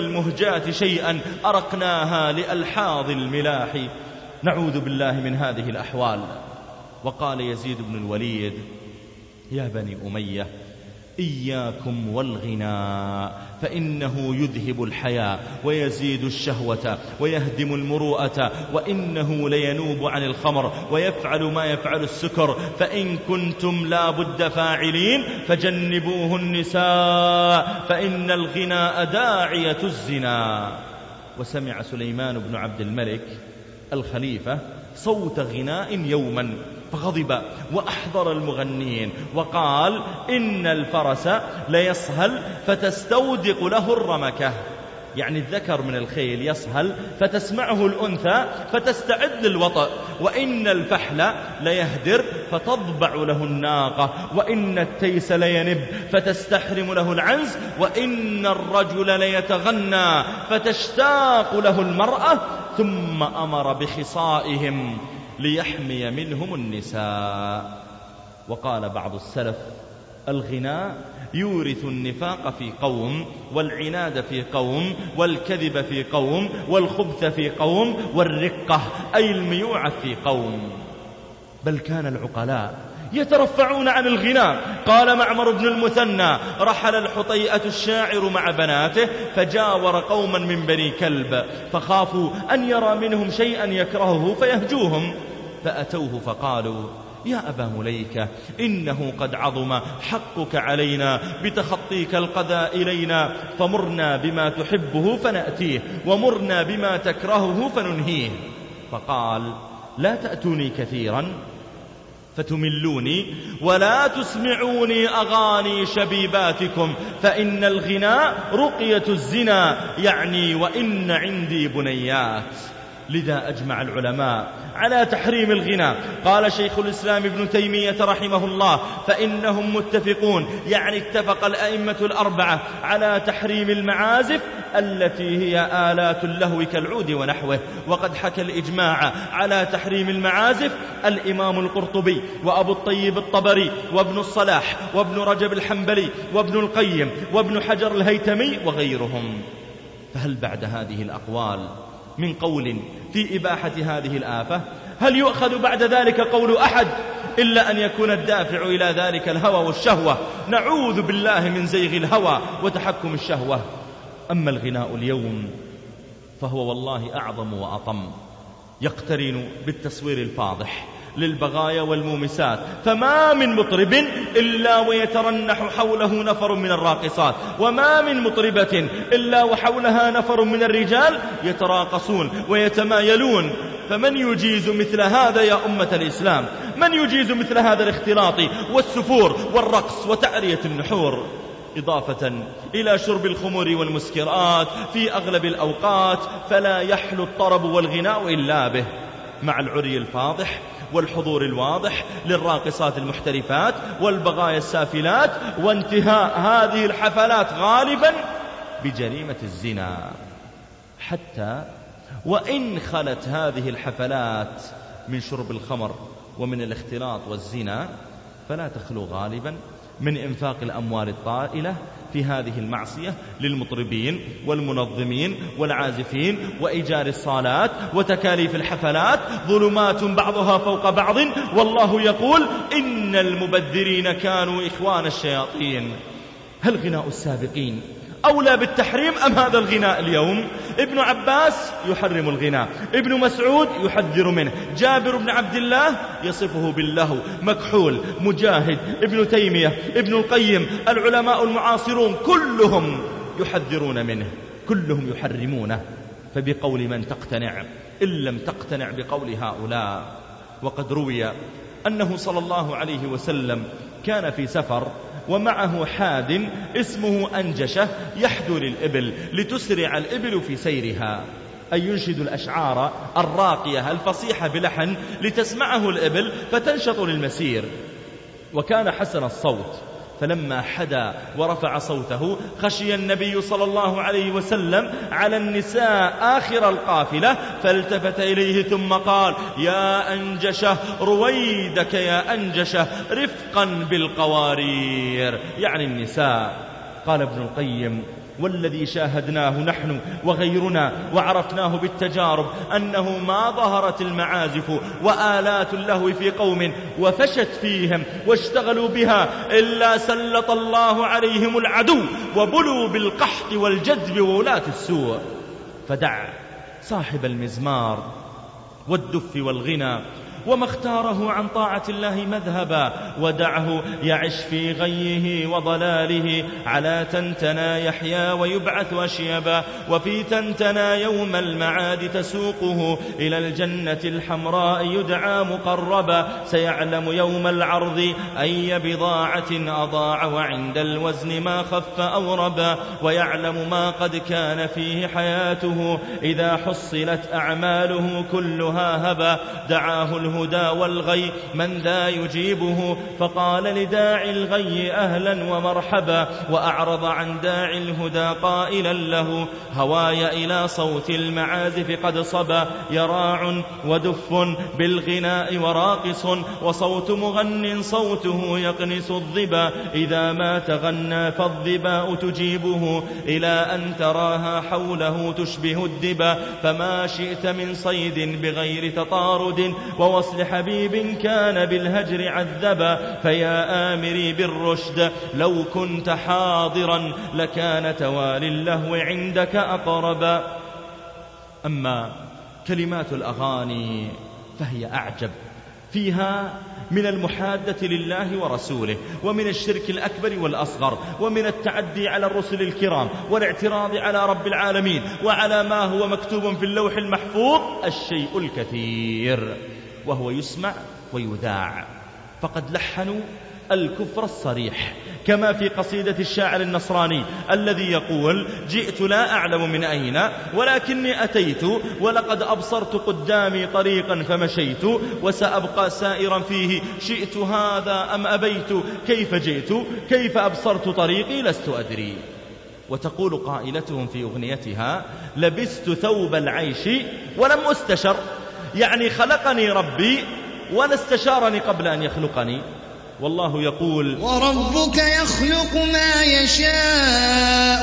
الزوجات شيئا أرقناها لألحاظ الملاح. نعوذ بالله من هذه الأحوال. وقال يزيد بن الوليد: يا بني أمية، إياكم والغناء، فإنه يذهب الحياء ويزيد الشهوة ويهدم المروءة، وإنه لينوب عن الخمر ويفعل ما يفعل السكر، فإن كنتم لا بد فاعلين فجنبوه النساء، فإن الغناء داعية الزنا. وسمع سليمان بن عبد الملك الخليفة صوت غناء يوما فغضب وأحضر المغنين وقال: إن الفرس ليصهل فتستودق له الرمكة، يعني الذكر من الخيل يصهل فتسمعه الأنثى فتستعد للوطأ، وإن الفحل ليهدر فتضبع له الناقة، وإن التيس لينب فتستحرم له العنز، وإن الرجل ليتغنى فتشتاق له المرأة، ثم أمر بخصائهم ليحمي منهم النساء. وقال بعض السلف: الغناء يورث النفاق في قوم، والعناد في قوم، والكذب في قوم، والخبث في قوم، والرقة أي الميوعة في قوم. بل كان العقلاء يترفعون عن الغناء. قال معمر بن المثنى: رحل الحطيئة الشاعر مع بناته فجاور قوما من بني كلب، فخافوا أن يرى منهم شيئا يكرهه فيهجوهم، فأتوه فقالوا: يا أبا مليكة، إنه قد عظم حقك علينا بتخطيك القذى إلينا، فمرنا بما تحبه فنأتيه، ومرنا بما تكرهه فننهيه. فقال: لا تأتوني كثيرا فتملوني، ولا تسمعوني أغاني شبيباتكم، فإن الغناء رقية الزنا، يعني وإن عندي بنيات. لذا أجمع العلماء على تحريم الغناء. قال شيخ الإسلام ابن تيمية رحمه الله: فإنهم متفقون، يعني اتفق الأئمة الأربعة على تحريم المعازف التي هي آلات اللهو كالعود ونحوه. وقد حكى الإجماع على تحريم المعازف الإمام القرطبي وأبو الطيب الطبري وابن الصلاح وابن رجب الحنبلي وابن القيم وابن حجر الهيتمي وغيرهم. فهل بعد هذه الأقوال من قول في إباحة هذه الآفة؟ هل يؤخذ بعد ذلك قول أحد إلا أن يكون الدافع إلى ذلك الهوى والشهوة؟ نعوذ بالله من زيغ الهوى وتحكم الشهوة. أما الغناء اليوم فهو والله أعظم وأطم، يقترن بالتصوير الفاضح للبغايا والمومسات، فما من مطرب إلا ويترنح حوله نفر من الراقصات، وما من مطربة إلا وحولها نفر من الرجال يتراقصون ويتمايلون. فمن يجيز مثل هذا يا أمة الإسلام؟ من يجيز مثل هذا الاختلاط والسفور والرقص وتعرية النحور؟ إضافة إلى شرب الخمر والمسكرات في أغلب الأوقات، فلا يحلو الطرب والغناء إلا به، مع العري الفاضح والحضور الواضح للراقصات المحترفات والبغايا السافلات، وانتهاء هذه الحفلات غالبا بجريمة الزنا. حتى وإن خلت هذه الحفلات من شرب الخمر ومن الاختلاط والزنا، فلا تخلو غالبا من إنفاق الأموال الطائلة في هذه المعصية للمطربين والمنظمين والعازفين، وإيجار الصالات وتكاليف الحفلات، ظلمات بعضها فوق بعض. والله يقول: إن المبذرين كانوا إخوان الشياطين. هل غناء السابقين أولى بالتحريم أم هذا الغناء اليوم؟ ابن عباس يحرم الغناء، ابن مسعود يحذر منه، جابر بن عبد الله يصفه باللهو، مكحول، مجاهد، ابن تيمية، ابن القيم، العلماء المعاصرون كلهم يحذرون منه، كلهم يحرمونه. فبقول من تقتنع إن لم تقتنع بقول هؤلاء؟ وقد روي أنه صلى الله عليه وسلم كان في سفر ومعه حاد اسمه أنجشة يحدو للإبل لتسرع الإبل في سيرها، أي ينشد الأشعار الراقية الفصيحة بلحن لتسمعه الإبل فتنشط للمسير. وكان حسن الصوت، فلما حدا ورفع صوته خشي النبي صلى الله عليه وسلم على النساء آخر القافلة، فالتفت إليه ثم قال: يا أنجشة رويدك يا أنجشة رفقا بالقوارير، يعني النساء. قال ابن القيم: والذي شاهدناه نحن وغيرنا وعرفناه بالتجارب أنه ما ظهرت المعازف وآلات اللهو في قوم وفشت فيهم واشتغلوا بها إلا سلط الله عليهم العدو وبلوا بالقحط والجذب وولاة السوء. فدع صاحب المزمار والدف والغنى وما اختاره عن طاعة الله مذهبا، ودعه يعش في غيه وضلاله. على تنتنى يحيا ويبعث أشيبا، وفي تنتنى يوم المعاد تسوقه إلى الجنة الحمراء يدعى مقربا. سيعلم يوم العرض أي بضاعة أضاع، وعند الوزن ما خف أوربا. ويعلم ما قد كان فيه حياته إذا حصلت أعماله كلها هبا. دعاه الهدى والغي من ذا يجيبه، فقال لداعي الغي أهلا ومرحبا. وأعرض عن داعي الهدى قائلا له هواي إلى صوت المعازف قد صبا. يراع ودف بالغناء وراقص، وصوت مغن صوته يقنس الظبا. إذا ما تغنى فالظباء تجيبه، إلى أن تراها حوله تشبه الدبا. فما شئت من صيد بغير تطارد، ووصل حبيب كان بالهجر عذبا. فيا آمري بالرشد لو كنت حاضرا، لكان توالي اللهو عندك أقربا. أما كلمات الأغاني فهي أعجب، فيها من المحادة لله ورسوله، ومن الشرك الأكبر والأصغر، ومن التعدي على الرسل الكرام، والاعتراض على رب العالمين، وعلى ما هو مكتوب في اللوح المحفوظ الشيء الكثير، وهو يسمع ويذاع. فقد لحنوا الكفر الصريح، كما في قصيدة الشاعر النصراني الذي يقول جئت لا أعلم من أين ولكني أتيت، ولقد أبصرت قدامي طريقا فمشيت، وسأبقى سائرا فيه شئت هذا أم أبيت. كيف جئت كيف أبصرت طريقي لست أدري. وتقول قائلتهم في أغنيتها لبست ثوب العيش ولم أستشر، يعني خلقني ربي ولا استشارني قبل أن يخلقني. والله يقول وربك يخلق ما يشاء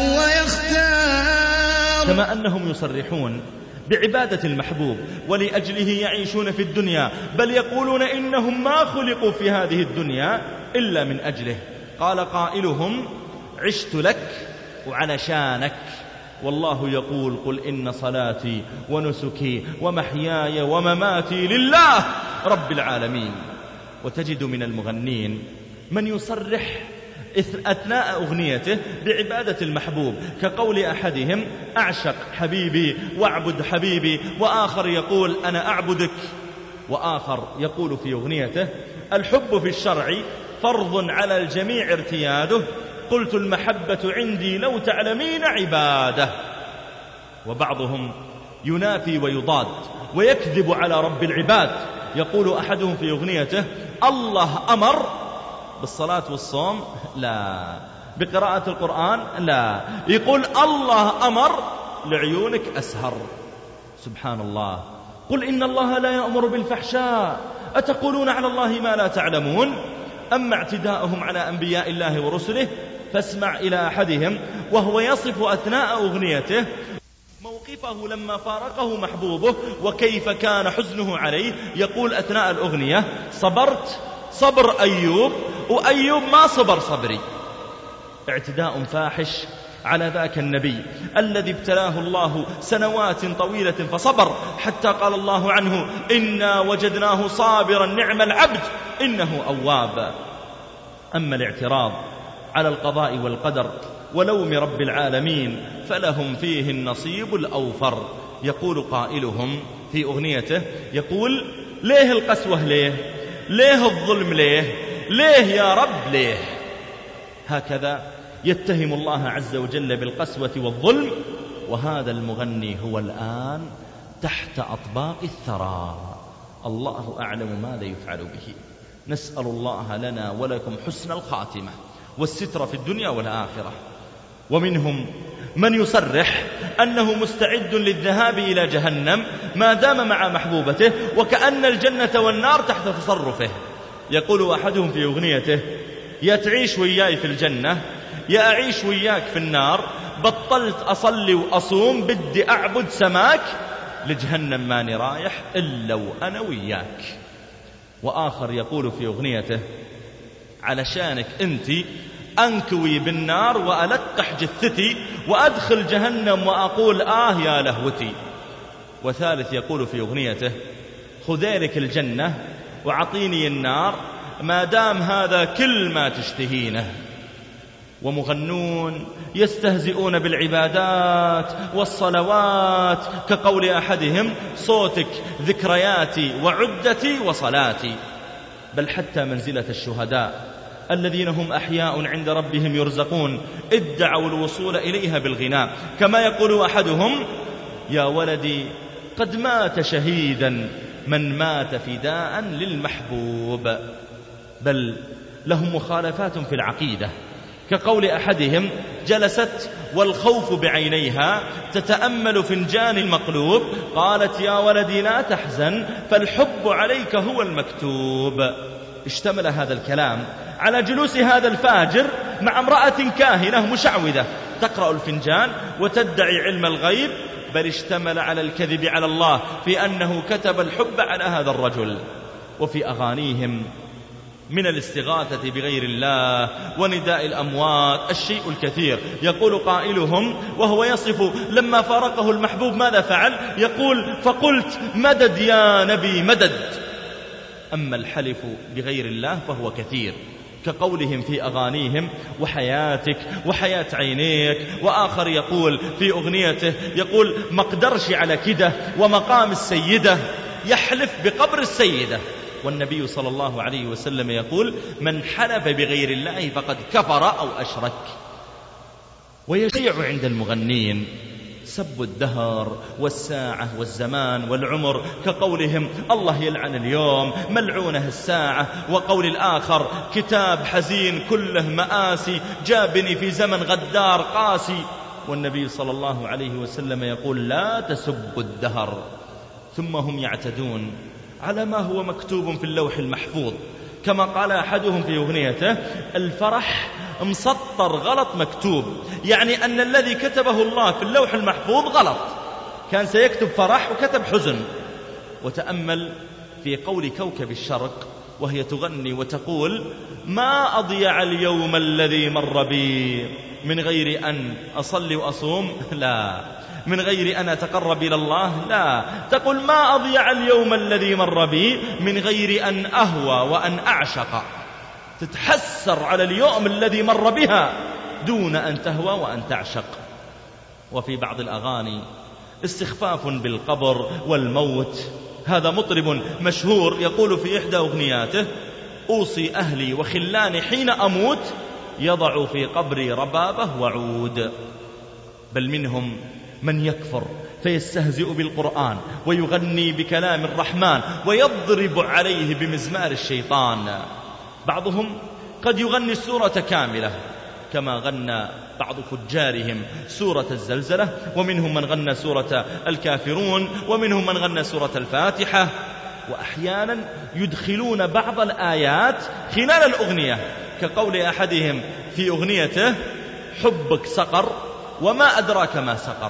ويختار. كما أنهم يصرحون بعبادة المحبوب ولأجله يعيشون في الدنيا، بل يقولون إنهم ما خلقوا في هذه الدنيا إلا من أجله. قال قائلهم عشت لك وعلشانك. والله يقول قل إن صلاتي ونسكي ومحياي ومماتي لله رب العالمين. وتجد من المغنين من يصرح أثناء أغنيته بعبادة المحبوب، كقول أحدهم أعشق حبيبي واعبد حبيبي، وآخر يقول أنا أعبدك، وآخر يقول في أغنيته الحب في الشرع فرض على الجميع ارتياده، قلت المحبة عندي لو تعلمين عباده. وبعضهم ينافي ويضاد ويكذب على رب العباد. يقول أحدهم في أغنيته الله أمر بالصلاة والصوم لا، بقراءة القرآن لا، يقول الله أمر لعيونك أسهر. سبحان الله. قل إن الله لا يأمر بالفحشاء أتقولون على الله ما لا تعلمون. أما اعتداءهم على أنبياء الله ورسله فاسمع إلى أحدهم وهو يصف أثناء أغنيته موقفه لما فارقه محبوبه وكيف كان حزنه عليه. يقول أثناء الأغنية صبرت صبر أيوب وأيوب ما صبر صبري. اعتداء فاحش على ذاك النبي الذي ابتلاه الله سنوات طويلة فصبر، حتى قال الله عنه إنا وجدناه صابرا نعم العبد إنه أواب. أما الاعتراض على القضاء والقدر ولوم رب العالمين فلهم فيه النصيب الأوفر. يقول قائلهم في أغنيته يقول ليه القسوة ليه الظلم ليه يا رب ليه. هكذا يتهم الله عز وجل بالقسوة والظلم، وهذا المغني هو الآن تحت أطباق الثرى. الله أعلم ماذا يفعل به. نسأل الله لنا ولكم حسن الخاتمة والستر في الدنيا والآخرة. ومنهم من يصرح أنه مستعد للذهاب إلى جهنم ما دام مع محبوبته، وكأن الجنة والنار تحت تصرفه. يقول أحدهم في أغنيته يا تعيش وياي في الجنة يا أعيش وياك في النار، بطلت أصلي وأصوم، بدي أعبد سماك، لجهنم ماني رايح إلا وأنا وياك. وآخر يقول في أغنيته: علشانك أنت أنكوي بالنار وألقح جثتي وأدخل جهنم وأقول آه يا لهوتي. وثالث يقول في أغنيته: خذيلك الجنة وعطيني النار ما دام هذا كل ما تشتهينه. ومغنون يستهزئون بالعبادات والصلوات، كقول أحدهم: صوتك ذكرياتي وعدتي وصلاتي. بل حتى منزلة الشهداء الذين هم أحياء عند ربهم يرزقون ادعوا الوصول إليها بالغناء، كما يقول أحدهم: يا ولدي قد مات شهيدا من مات فداء للمحبوب. بل لهم مخالفات في العقيدة، كقول أحدهم: جلست والخوف بعينيها تتأمل فنجان المقلوب، قالت يا ولدي لا تحزن فالحب عليك هو المكتوب. اشتمل هذا الكلام على جلوس هذا الفاجر مع امرأة كاهنة مشعوذة تقرأ الفنجان وتدعي علم الغيب، بل اشتمل على الكذب على الله في أنه كتب الحب على هذا الرجل. وفي أغانيهم من الاستغاثة بغير الله ونداء الأموات الشيء الكثير. يقول قائلهم وهو يصف لما فارقه المحبوب ماذا فعل، يقول: فقلت مدد يا نبي مدد. أما الحلف بغير الله فهو كثير، كقولهم في أغانيهم: وحياتك وحياة عينيك. وآخر يقول في أغنيته، يقول: مقدرش على كده ومقام السيدة، يحلف بقبر السيدة. والنبي صلى الله عليه وسلم يقول: من حلف بغير الله فقد كفر أو أشرك. ويشيع عند المغنين سب الدهر والساعة والزمان والعمر، كقولهم: الله يلعن اليوم ملعونه الساعة. وقول الآخر: كتاب حزين كله مآسي جابني في زمن غدار قاسي. والنبي صلى الله عليه وسلم يقول: لا تسبوا الدهر. ثم هم يعتدون على ما هو مكتوب في اللوح المحفوظ، كما قال أحدهم في أغنيته: الفرح مسطر غلط مكتوب، يعني أن الذي كتبه الله في اللوح المحفوظ غلط، كان سيكتب فرح وكتب حزن. وتأمل في قول كوكب الشرق وهي تغني وتقول: ما أضيع اليوم الذي مر بي من غير أن أصلي وأصوم، لا، من غير أن أتقرب إلى الله، لا، تقول: ما أضيع اليوم الذي مر بي من غير أن أهوى وأن أعشق. تتحسر على اليوم الذي مر بها دون أن تهوى وأن تعشق. وفي بعض الأغاني استخفاف بالقبر والموت. هذا مطرب مشهور يقول في إحدى أغنياته: أوصي أهلي وخلاني حين أموت يضع في قبري ربابه وعود. بل منهم من يكفر فيستهزئ بالقرآن ويغني بكلام الرحمن ويضرب عليه بمزمار الشيطان. بعضهم قد يغني السورة كاملة، كما غنى بعض فجارهم سورة الزلزلة، ومنهم من غنى سورة الكافرون، ومنهم من غنى سورة الفاتحة. وأحيانا يدخلون بعض الآيات خلال الأغنية، كقول أحدهم في أغنيته: حبك سقر وما أدراك ما سقر.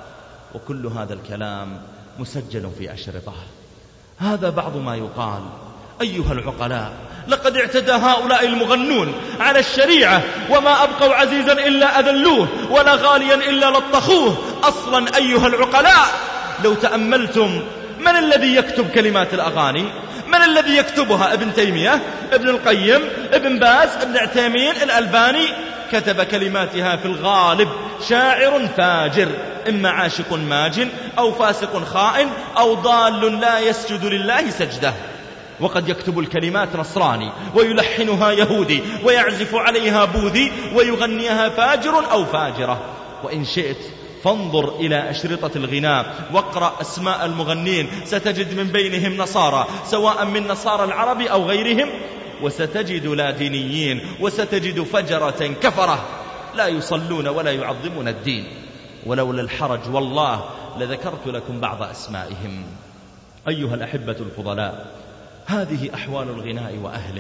وكل هذا الكلام مسجل في أشرطة. هذا بعض ما يقال. أيها العقلاء، لقد اعتدى هؤلاء المغنون على الشريعة، وما أبقوا عزيزا إلا أذلوه، ولا غاليا إلا لطخوه. أصلا أيها العقلاء، لو تأملتم من الذي يكتب كلمات الأغاني؟ من الذي يكتبها؟ ابن تيمية، ابن القيم، ابن باز، ابن عثيمين، الألباني. كتب كلماتها في الغالب شاعر فاجر، إما عاشق ماجن أو فاسق خائن أو ضال لا يسجد لله سجده. وقد يكتب الكلمات نصراني ويلحنها يهودي ويعزف عليها بوذي ويغنيها فاجر أو فاجرة. وإن شئت فانظر إلى أشرطة الغناء واقرأ أسماء المغنين، ستجد من بينهم نصارى، سواء من نصارى العرب أو غيرهم، وستجد لا دينيين، وستجد فجرة كفرة لا يصلون ولا يعظمون الدين. ولولا الحرج والله لذكرت لكم بعض أسمائهم. أيها الأحبة الفضلاء، هذه أحوال الغناء وأهله: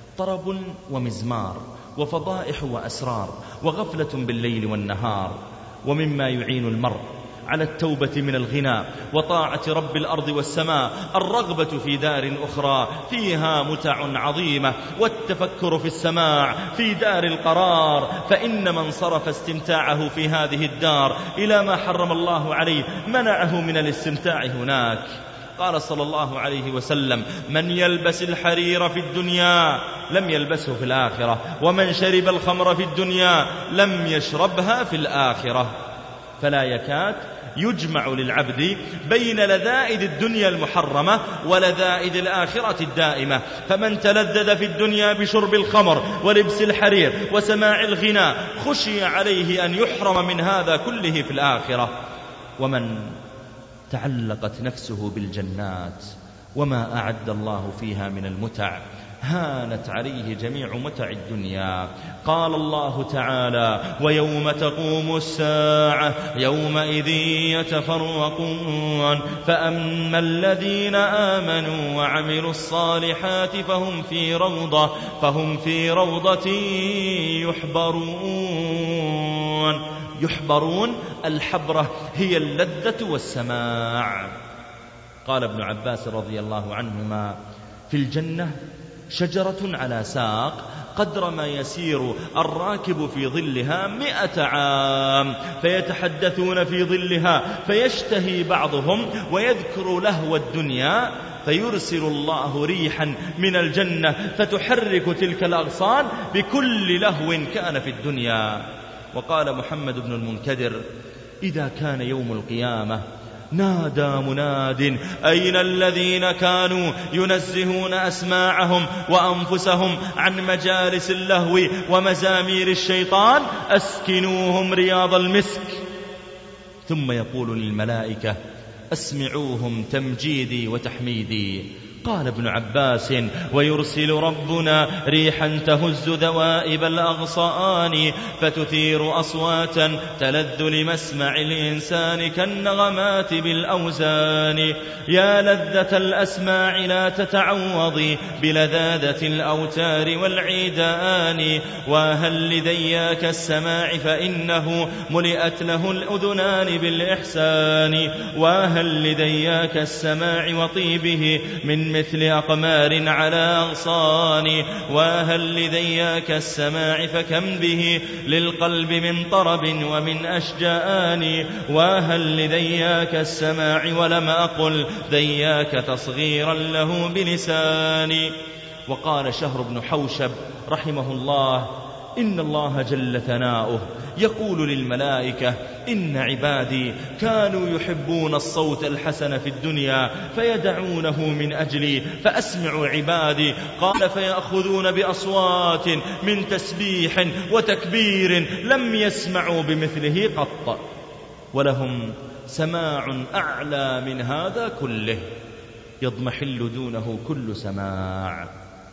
طرب ومزمار وفضائح وأسرار وغفلة بالليل والنهار. ومما يعين المرء على التوبة من الغنى وطاعة رب الأرض والسماء الرغبة في دار أخرى فيها متع عظيمة، والتفكر في السماع في دار القرار، فإن من صرف استمتاعه في هذه الدار إلى ما حرم الله عليه منعه من الاستمتاع هناك. قال صلى الله عليه وسلم: من يلبس الحرير في الدنيا لم يلبسه في الآخرة، ومن شرب الخمر في الدنيا لم يشربها في الآخرة. فلا يكاد يجمع للعبد بين لذائذ الدنيا المحرمة ولذائذ الآخرة الدائمة، فمن تلذذ في الدنيا بشرب الخمر ولبس الحرير وسماع الغنى خشي عليه أن يحرم من هذا كله في الآخرة. ومن تعلقت نفسه بالجنات وما أعد الله فيها من المتع هانت عليه جميع متع الدنيا. قال الله تعالى: ويوم تقوم الساعة يومئذ يتفرقون فأما الذين آمنوا وعملوا الصالحات فهم في روضة يحبرون. الحبرة هي اللذة والسماع. قال ابن عباس رضي الله عنهما: في الجنة شجرة على ساق قدر ما يسير الراكب في ظلها 100 عام، فيتحدثون في ظلها فيشتهي بعضهم ويذكر لهو الدنيا، فيرسل الله ريحا من الجنة فتحرك تلك الأغصان بكل لهو كان في الدنيا. وقال محمد بن المنكدر: إذا كان يوم القيامة نادى مناد: أين الذين كانوا ينزهون أسماعهم وأنفسهم عن مجالس اللهو ومزامير الشيطان، أسكنوهم رياض المسك. ثم يقول للملائكة: أسمعوهم تمجيدي وتحميدي. قال ابن عباس: ويرسل ربنا ريحا تهز ذوائب الأغصان فتثير أصواتا تلذ لمسمع الإنسان كالنغمات بالأوزان. يا لذة الأسماع لا تتعوضي بلذاذة الأوتار والعيدان، وهل لذياك السماع فإنه ملئت له الأذنان بالإحسان، وهل لذياك السماع وطيبه من مثل أقمار على أغصان، وهل لذياك السماع فكم به للقلب من طرب ومن أشجان، وهل لذياك السماع ولم أقل ذياك تصغيرا له بلساني. وقال شهر بن حوشب رحمه الله: إن الله جل ثناؤه يقول للملائكة: إن عبادي كانوا يحبون الصوت الحسن في الدنيا فيدعونه من أجلي فأسمع عبادي. قال: فيأخذون بأصوات من تسبيح وتكبير لم يسمعوا بمثله قط، ولهم سماع أعلى من هذا كله يضمحل دونه كل سماع،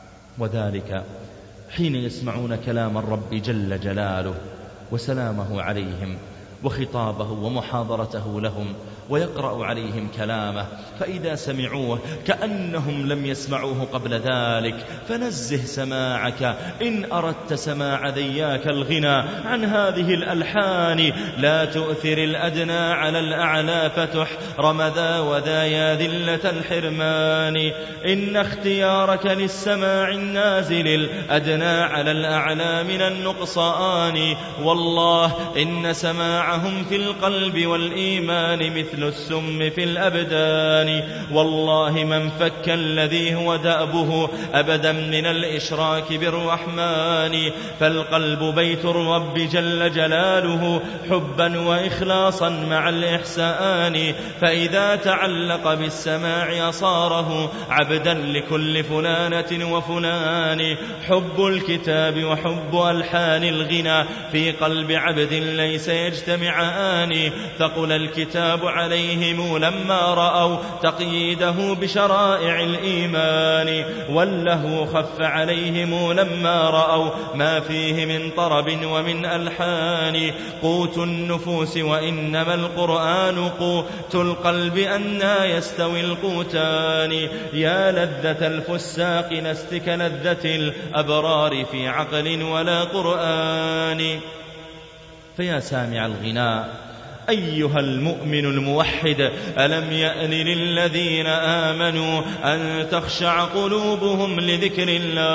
وذلك حين يسمعون كلام الرب جل جلاله وسلامه عليهم وخطابه ومحاضرته لهم، ويقرأ عليهم كلامه، فإذا سمعوه كأنهم لم يسمعوه قبل ذلك. فنزه سماعك إن أردت سماع ذياك الغنى عن هذه الألحان، لا تؤثر الأدنى على الأعلى فتحرم ذا وذا يا ذلة الحرمان. إن اختيارك للسماع النازل الأدنى على الأعلى من النقصان، والله إن سماعهم في القلب والإيمان مثل السم في الأبدان. والله من فك الذي هو دأبه أبدا من الإشراك بالرحمن، فالقلب بيت الرب جل جلاله حبا وإخلاصا مع الإحسان، فإذا تعلق بالسماع صاره عبدا لكل فلانة وفلان. حب الكتاب وحب ألحان الغنى في قلب عبد ليس يجتمعان، ثقل الكتاب عليهم لما رأوا تقييده بشرائع الإيمان، واللهو خف عليهم لما رأوا ما فيه من طرب ومن ألحان. قوت النفوس وإنما القرآن قوت القلب أنى يستوي القوتان. يا لذة الفساق لست كلذة الأبرار في عقل ولا قرآن. فيا سامع الغناء أيها المؤمن الموحد، ألم يأن للذين آمنوا أن تخشع قلوبهم لذكر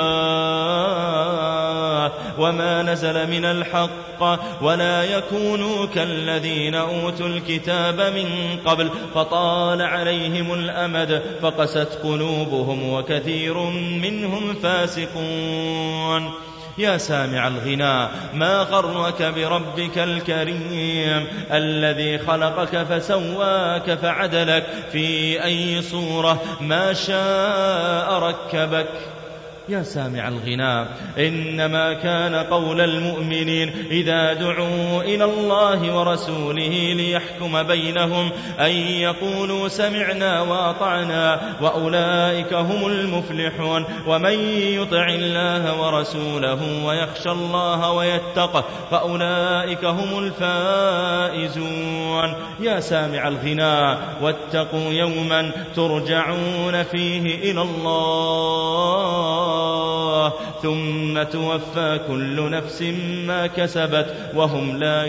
الله وما نزل من الحق، ولا يكونوا كالذين أوتوا الكتاب من قبل فطال عليهم الأمد فقست قلوبهم وكثير منهم فاسقون. يا سامع الغناء، ما غرك بربك الكريم الذي خلقك فسواك فعدلك في أي صورة ما شاء ركبك. يا سامع الغناء، إنما كان قول المؤمنين إذا دعوا إلى الله ورسوله ليحكم بينهم أن يقولوا سمعنا وأطعنا وأولئك هم المفلحون. ومن يطع الله ورسوله ويخشى الله ويتقه فأولئك هم الفائزون. يا سامع الغناء، واتقوا يوما ترجعون فيه إلى الله ثم توفى كل نفس ما كسبت وهم لا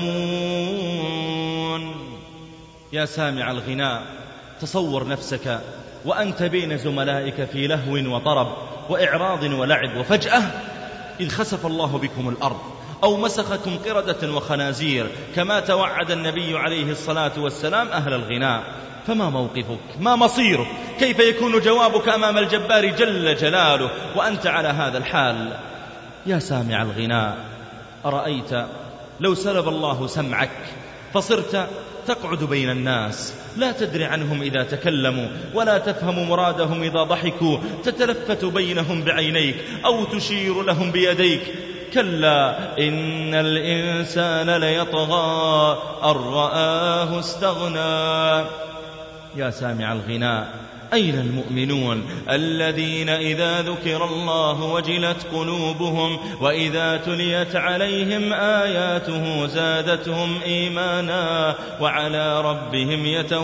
يظلمون. يا سامع الغناء، تصور نفسك وأنت بين زملائك في لهو وطرب وإعراض ولعب، وفجأة إذ خسف الله بكم الأرض أو مسخكم قردة وخنازير كما توعد النبي عليه الصلاة والسلام أهل الغناء، فما موقفك؟ ما مصيرك؟ كيف يكون جوابك أمام الجبار جل جلاله وأنت على هذا الحال؟ يا سامع الغناء، أرأيت لو سلب الله سمعك فصرت تقعد بين الناس لا تدري عنهم إذا تكلموا ولا تفهم مرادهم إذا ضحكوا، تتلفت بينهم بعينيك أو تشير لهم بيديك. كلا إن الإنسان ليطغى أن رآه استغنى. يا سامع الغناء، أين المؤمنون الذين إذا ذكر الله وجلت قلوبهم وإذا تليت عليهم آياته زادتهم إيمانا وعلى ربهم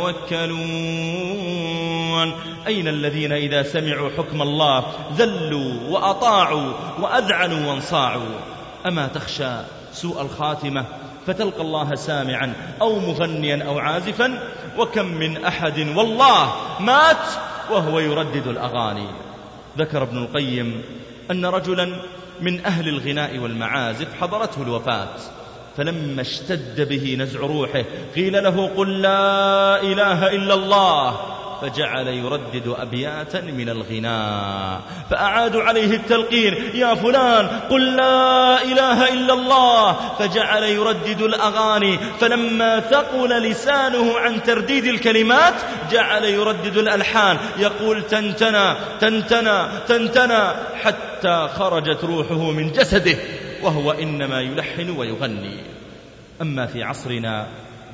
يتوكلون؟ أين الذين إذا سمعوا حكم الله ذلوا وأطاعوا وأذعنوا وانصاعوا؟ أما تخشى سوء الخاتمة فتلقى الله سامعا أو مغنيا أو عازفا؟ وكم من أحد والله مات وهو يردد الأغاني. ذكر ابن القيم أن رجلا من أهل الغناء والمعازف حضرته الوفاة، فلما اشتد به نزع روحه قيل له قل لا إله إلا الله، فجعل يردد أبياتا من الغناء، فأعادوا عليه التلقين يا فلان قل لا إله إلا الله، فجعل يردد الأغاني، فلما ثقل لسانه عن ترديد الكلمات جعل يردد الألحان يقول تنتنا تنتنا تنتنا حتى خرجت روحه من جسده وهو إنما يلحن ويغني. أما في عصرنا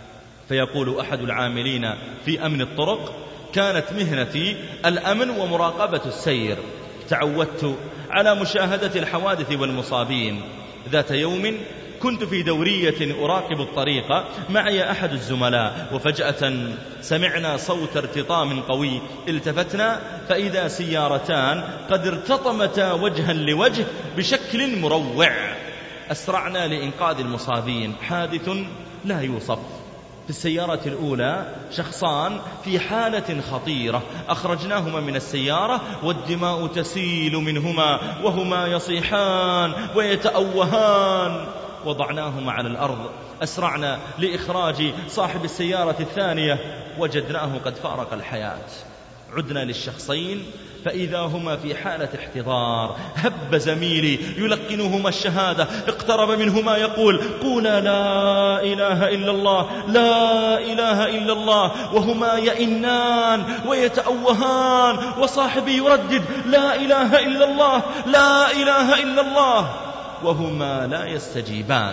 فيقول أحد العاملين في أمن الطرق كانت مهنتي الأمن ومراقبة السير، تعودت على مشاهدة الحوادث والمصابين. ذات يوم كنت في دورية أراقب الطريق معي أحد الزملاء، وفجأة سمعنا صوت ارتطام قوي، التفتنا فإذا سيارتان قد ارتطمتا وجها لوجه بشكل مروع. أسرعنا لإنقاذ المصابين، حادث لا يوصف. في السيارة الأولى شخصان في حالة خطيرة، أخرجناهما من السيارة والدماء تسيل منهما وهما يصيحان ويتأوهان، وضعناهما على الأرض. أسرعنا لإخراج صاحب السيارة الثانية، وجدناه قد فارق الحياة. عدنا للشخصين فإذا هما في حالة احتضار. هب زميلي يلقنهما الشهادة، اقترب منهما يقول قولا لا إله إلا الله لا إله إلا الله، وهما يئنان ويتأوهان، وصاحبي يردد لا إله إلا الله لا إله إلا الله، وهما لا يستجيبان،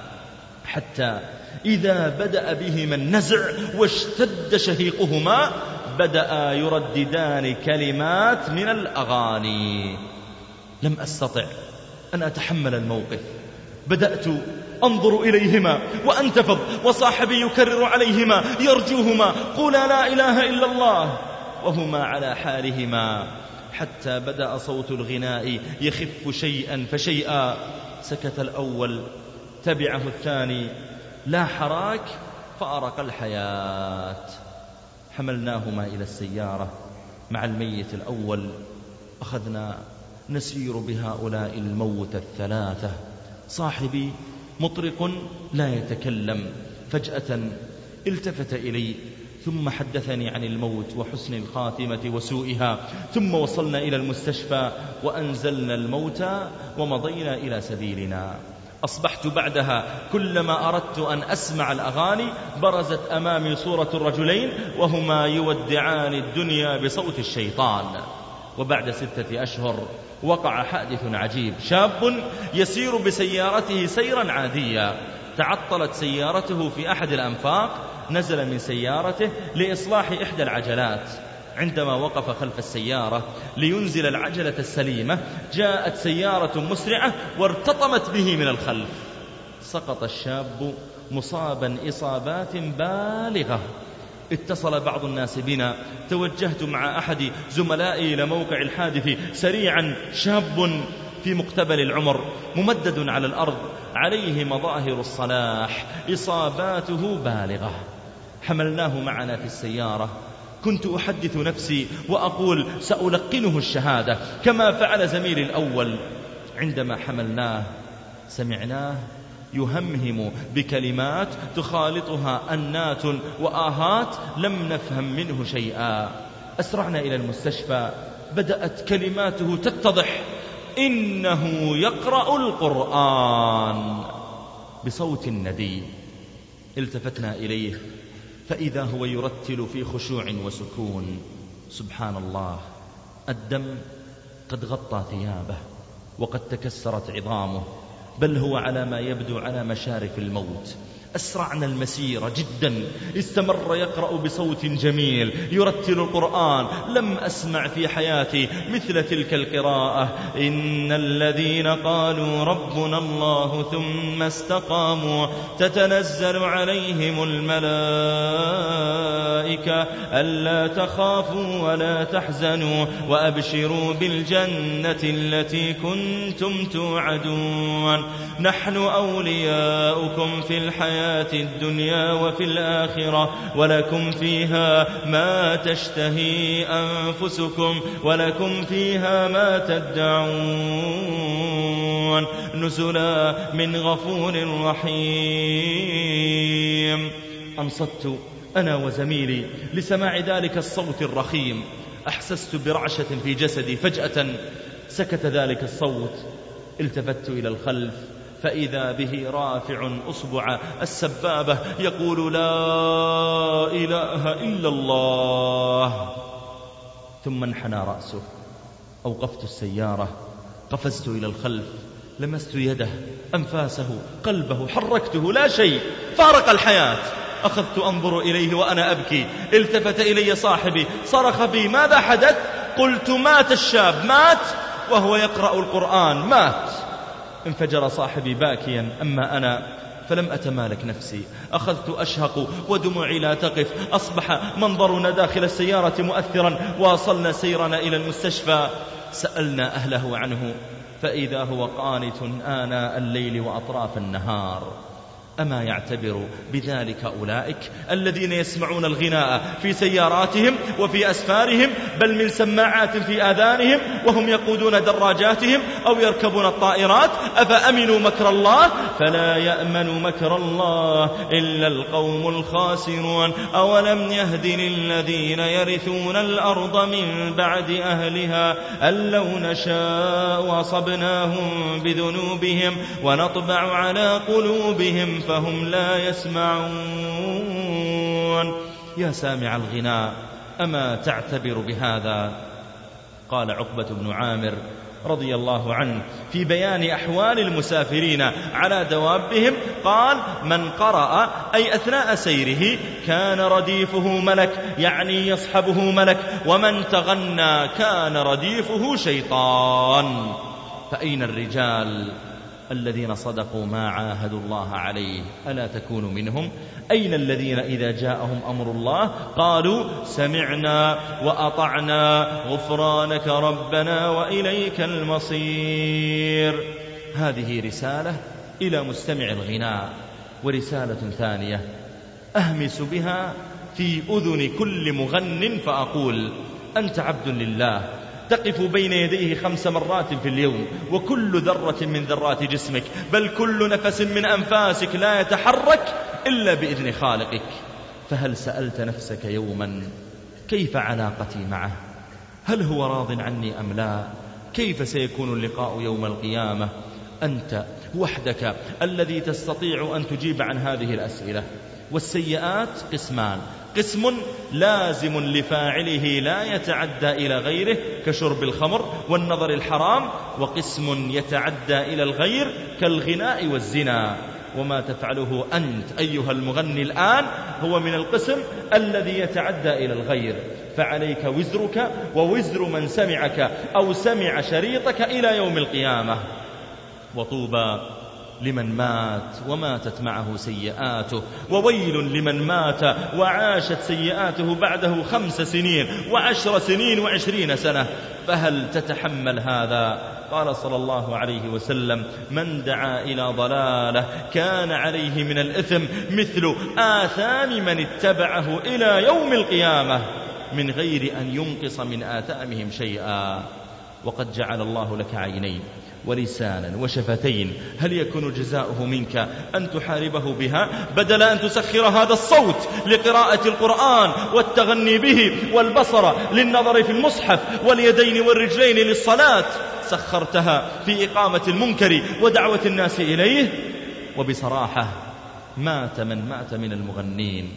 حتى إذا بدأ بهما النزع واشتد شهيقهما بدأ يرددان كلمات من الأغاني. لم أستطع أن أتحمل الموقف، بدأت أنظر إليهما وأنتفض، وصاحبي يكرر عليهما يرجوهما قولا لا إله إلا الله، وهما على حالهما، حتى بدأ صوت الغناء يخف شيئا فشيئا. سكت الأول، تبعه الثاني، لا حراك فأرق الحياة. حملناهما إلى السيارة مع الميت الأول، أخذنا نسير بهؤلاء الموتى الثلاثة. صاحبي مطرق لا يتكلم، فجأة التفت إلي ثم حدثني عن الموت وحسن الخاتمة وسوءها. ثم وصلنا إلى المستشفى وأنزلنا الموتى ومضينا إلى سبيلنا. أصبحت بعدها كلما أردت أن أسمع الأغاني برزت أمامي صورة الرجلين وهما يودعان الدنيا بصوت الشيطان. وبعد 6 أشهر وقع حادث عجيب. شاب يسير بسيارته سيرا عاديا، تعطلت سيارته في أحد الأنفاق، نزل من سيارته لإصلاح إحدى العجلات. عندما وقف خلف السيارة لينزل العجلة السليمة، جاءت سيارة مسرعة وارتطمت به من الخلف. سقط الشاب مصابا إصابات بالغة. اتصل بعض الناس بنا، توجهت مع أحد زملائي إلى موقع الحادث سريعا. شاب في مقتبل العمر ممدد على الأرض، عليه مظاهر الصلاح، إصاباته بالغة. حملناه معنا في السيارة. كنت أحدث نفسي وأقول سألقنه الشهادة كما فعل زميلي الأول. عندما حملناه سمعناه يهمهم بكلمات تخالطها أنات وآهات، لم نفهم منه شيئا. أسرعنا إلى المستشفى، بدأت كلماته تتضح. إنه يقرأ القرآن بصوت ندي. التفتنا إليه فإذا هو يرتل في خشوع وسكون. سبحان الله، الدم قد غطى ثيابه وقد تكسرت عظامه، بل هو على ما يبدو على مشارف الموت. أسرعنا المسيرة جدا. استمر يقرأ بصوت جميل يرتل القرآن. لم أسمع في حياتي مثل تلك القراءة. إن الذين قالوا ربنا الله ثم استقاموا تتنزل عليهم الملائكة ألا تخافوا ولا تحزنوا وأبشروا بالجنة التي كنتم توعدون نحن أولياؤكم في الحياة الدنيا وفي الآخرة ولكم فيها ما تشتهي أنفسكم ولكم فيها ما تدعون نزلا من غفور رحيم. أنصت أنا وزميلي لسماع ذلك الصوت الرخيم. أحسست برعشة في جسدي. فجأة سكت ذلك الصوت. التفت إلى الخلف فإذا به رافع أصبع السبابة يقول لا إله إلا الله. ثم انحنى رأسه. أوقفت السيارة، قفزت إلى الخلف، لمست يده، أنفاسه، قلبه، حركته، لا شيء، فارق الحياة. أخذت أنظر إليه وأنا أبكي. التفت إلي صاحبي صرخ بي ماذا حدث؟ قلت مات الشاب، مات وهو يقرأ القرآن، مات. انفجر صاحبي باكيا. أما أنا فلم أتمالك نفسي، أخذت أشهق ودموعي لا تقف. أصبح منظرنا داخل السيارة مؤثرا. واصلنا سيرنا إلى المستشفى. سألنا أهله عنه فإذا هو قانت آناء الليل وأطراف النهار. أما يعتبر بذلك أولئك الذين يسمعون الغناء في سياراتهم وفي أسفارهم، بل من سماعات في آذانهم وهم يقودون دراجاتهم أو يركبون الطائرات؟ أفأمنوا مكر الله؟ فلا يأمن مكر الله إلا القوم الخاسرون. أولم يهد للذين يرثون الأرض من بعد أهلها أن لو نشاء أصبناهم بذنوبهم ونطبع على قلوبهم فهم لا يسمعون. يا سامع الغناء أما تعتبر بهذا؟ قال عقبة بن عامر رضي الله عنه في بيان أحوال المسافرين على دوابهم، قال من قرأ أي أثناء سيره كان رديفه ملك، يعني يصحبه ملك، ومن تغنى كان رديفه شيطان. فأين الرجال الذين صدقوا ما عاهدوا الله عليه؟ ألا تكون منهم؟ أين الذين إذا جاءهم أمر الله قالوا سمعنا وأطعنا غفرانك ربنا وإليك المصير؟ هذه رسالة إلى مستمع الغناء، ورسالة ثانية أهمس بها في أذن كل مغن فأقول: أنت عبد لله تقف بين يديه 5 مرات في اليوم، وكل ذرة من ذرات جسمك بل كل نفس من أنفاسك لا يتحرك إلا بإذن خالقك. فهل سألت نفسك يوما كيف علاقتي معه؟ هل هو راض عني أم لا؟ كيف سيكون اللقاء يوم القيامة؟ أنت وحدك الذي تستطيع أن تجيب عن هذه الأسئلة. والسيئات قسمان: قسم لازم لفاعله لا يتعدى إلى غيره كشرب الخمر والنظر الحرام، وقسم يتعدى إلى الغير كالغناء والزنا. وما تفعله أنت أيها المغني الآن هو من القسم الذي يتعدى إلى الغير، فعليك وزرك ووزر من سمعك أو سمع شريطك إلى يوم القيامة. وطوبى لمن مات وماتت معه سيئاته، وويل لمن مات وعاشت سيئاته بعده 5 سنين و10 سنين و20 سنة. فهل تتحمل هذا؟ قال صلى الله عليه وسلم: من دعا إلى ضلالة كان عليه من الإثم مثل آثام من اتبعه إلى يوم القيامة من غير أن ينقص من آثامهم شيئا. وقد جعل الله لك عينين ولسانا وشفتين، هل يكون جزاؤه منك أن تحاربه بها بدل أن تسخر هذا الصوت لقراءة القرآن والتغني به، والبصر للنظر في المصحف، واليدين والرجلين للصلاة؟ سخرتها في إقامة المنكر ودعوة الناس إليه. وبصراحة مات من مات من المغنين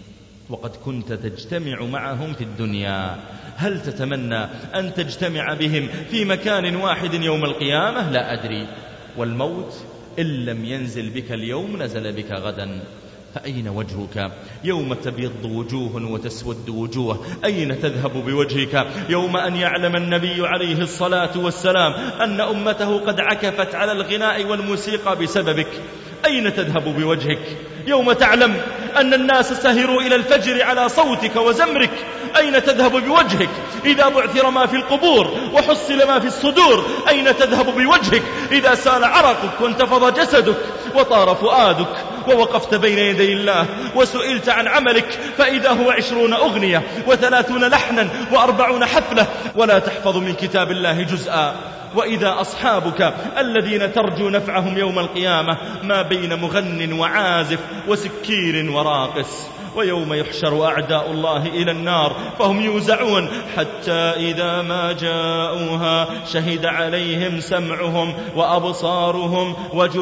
وقد كنت تجتمع معهم في الدنيا. هل تتمنى أن تجتمع بهم في مكان واحد يوم القيامة؟ لا أدري. والموت إن لم ينزل بك اليوم نزل بك غدا. فأين وجهك يوم تبيض وجوه وتسود وجوه؟ أين تذهب بوجهك يوم أن يعلم النبي عليه الصلاة والسلام أن أمته قد عكفت على الغناء والموسيقى بسببك؟ أين تذهب بوجهك يوم تعلم أن الناس سهروا إلى الفجر على صوتك وزمرك؟ أين تذهب بوجهك إذا بعثر ما في القبور وحصل ما في الصدور؟ أين تذهب بوجهك إذا سال عرقك وانتفض جسدك وطار فؤادك ووقفت بين يدي الله وسئلت عن عملك فإذا هو 20 أغنية و30 لحنا و40 حفلة ولا تحفظ من كتاب الله جزءا؟ وإذا أصحابك الذين ترجو نفعهم يوم القيامة ما بين مغن وعازف وسكير وراقص؟ ويوم يحشر أعداء الله إلى النار فهم يوزعون حتى إذا ما جاءوها شهد عليهم سمعهم وأبصارهم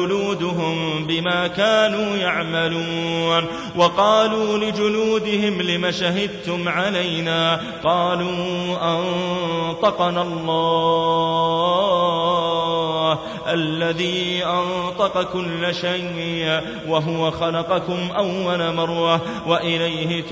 وجلودهم بما كانوا يعملون. وقالوا لجلودهم لم شهدتم علينا؟ قالوا أنطقنا الله الذي أنطق كل شيء وهو خلقكم أول مرة وإليه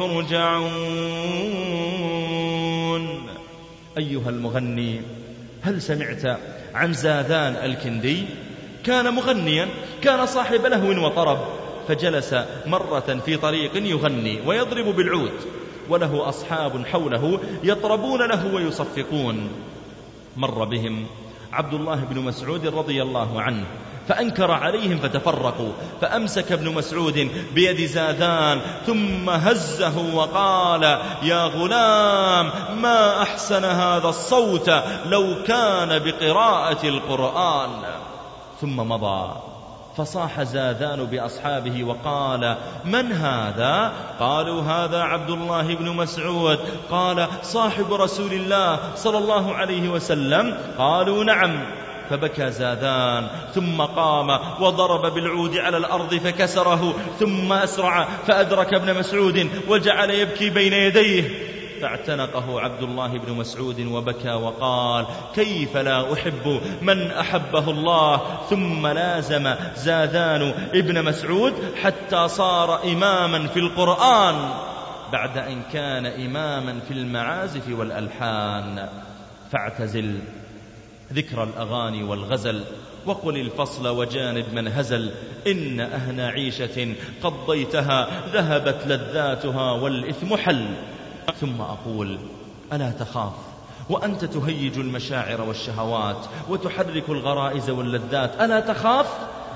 ترجعون. أيها المغني، هل سمعت عن زاذان الكندي؟ كان مغنيا، كان صاحب لهو وطرب، فجلس مرة في طريق يغني ويضرب بالعود، وله أصحاب حوله يطربون له ويصفقون. مر بهم عبد الله بن مسعود رضي الله عنه فأنكر عليهم فتفرقوا، فأمسك ابن مسعود بيد زاذان ثم هزه وقال: يا غلام، ما أحسن هذا الصوت لو كان بقراءة القرآن. ثم مضى، فصاح زاذان بأصحابه وقال: من هذا؟ قالوا: هذا عبد الله بن مسعود. قال: صاحب رسول الله صلى الله عليه وسلم؟ قالوا: نعم. فبكى زاذان ثم قام وضرب بالعود على الأرض فكسره، ثم أسرع فأدرك ابن مسعود وجعل يبكي بين يديه، فاعتنقه عبد الله بن مسعود وبكى وقال: كيف لا أحب من أحبه الله؟ ثم لازم زاذان ابن مسعود حتى صار إماما في القرآن بعد أن كان إماما في المعازف والألحان. فاعتزل ذكر الأغاني والغزل وقل الفصل وجانب من هزل، إن أهنى عيشة قضيتها ذهبت لذاتها والإثم حل. ثم أقول: ألا تخاف وأنت تهيج المشاعر والشهوات وتحرك الغرائز واللذات؟ ألا تخاف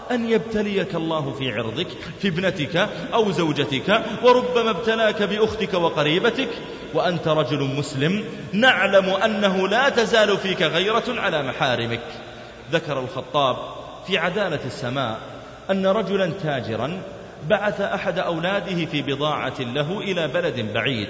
أن يبتليك الله في عرضك، في ابنتك أو زوجتك، وربما ابتلاك بأختك وقريبتك وأنت رجل مسلم، نعلم أنه لا تزال فيك غيرة على محارمك. ذكر الخطاب في عدالة السماء أن رجلا تاجرا بعث أحد أولاده في بضاعة له إلى بلد بعيد،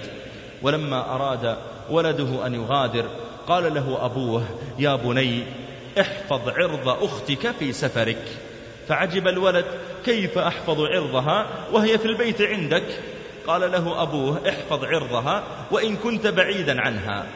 ولما أراد ولده أن يغادر قال له أبوه: يا بني احفظ عرض أختك في سفرك. فعجب الولد: كيف أحفظ عرضها وهي في البيت عندك؟ قال له أبوه: احفظ عرضها وإن كنت بعيدا عنها.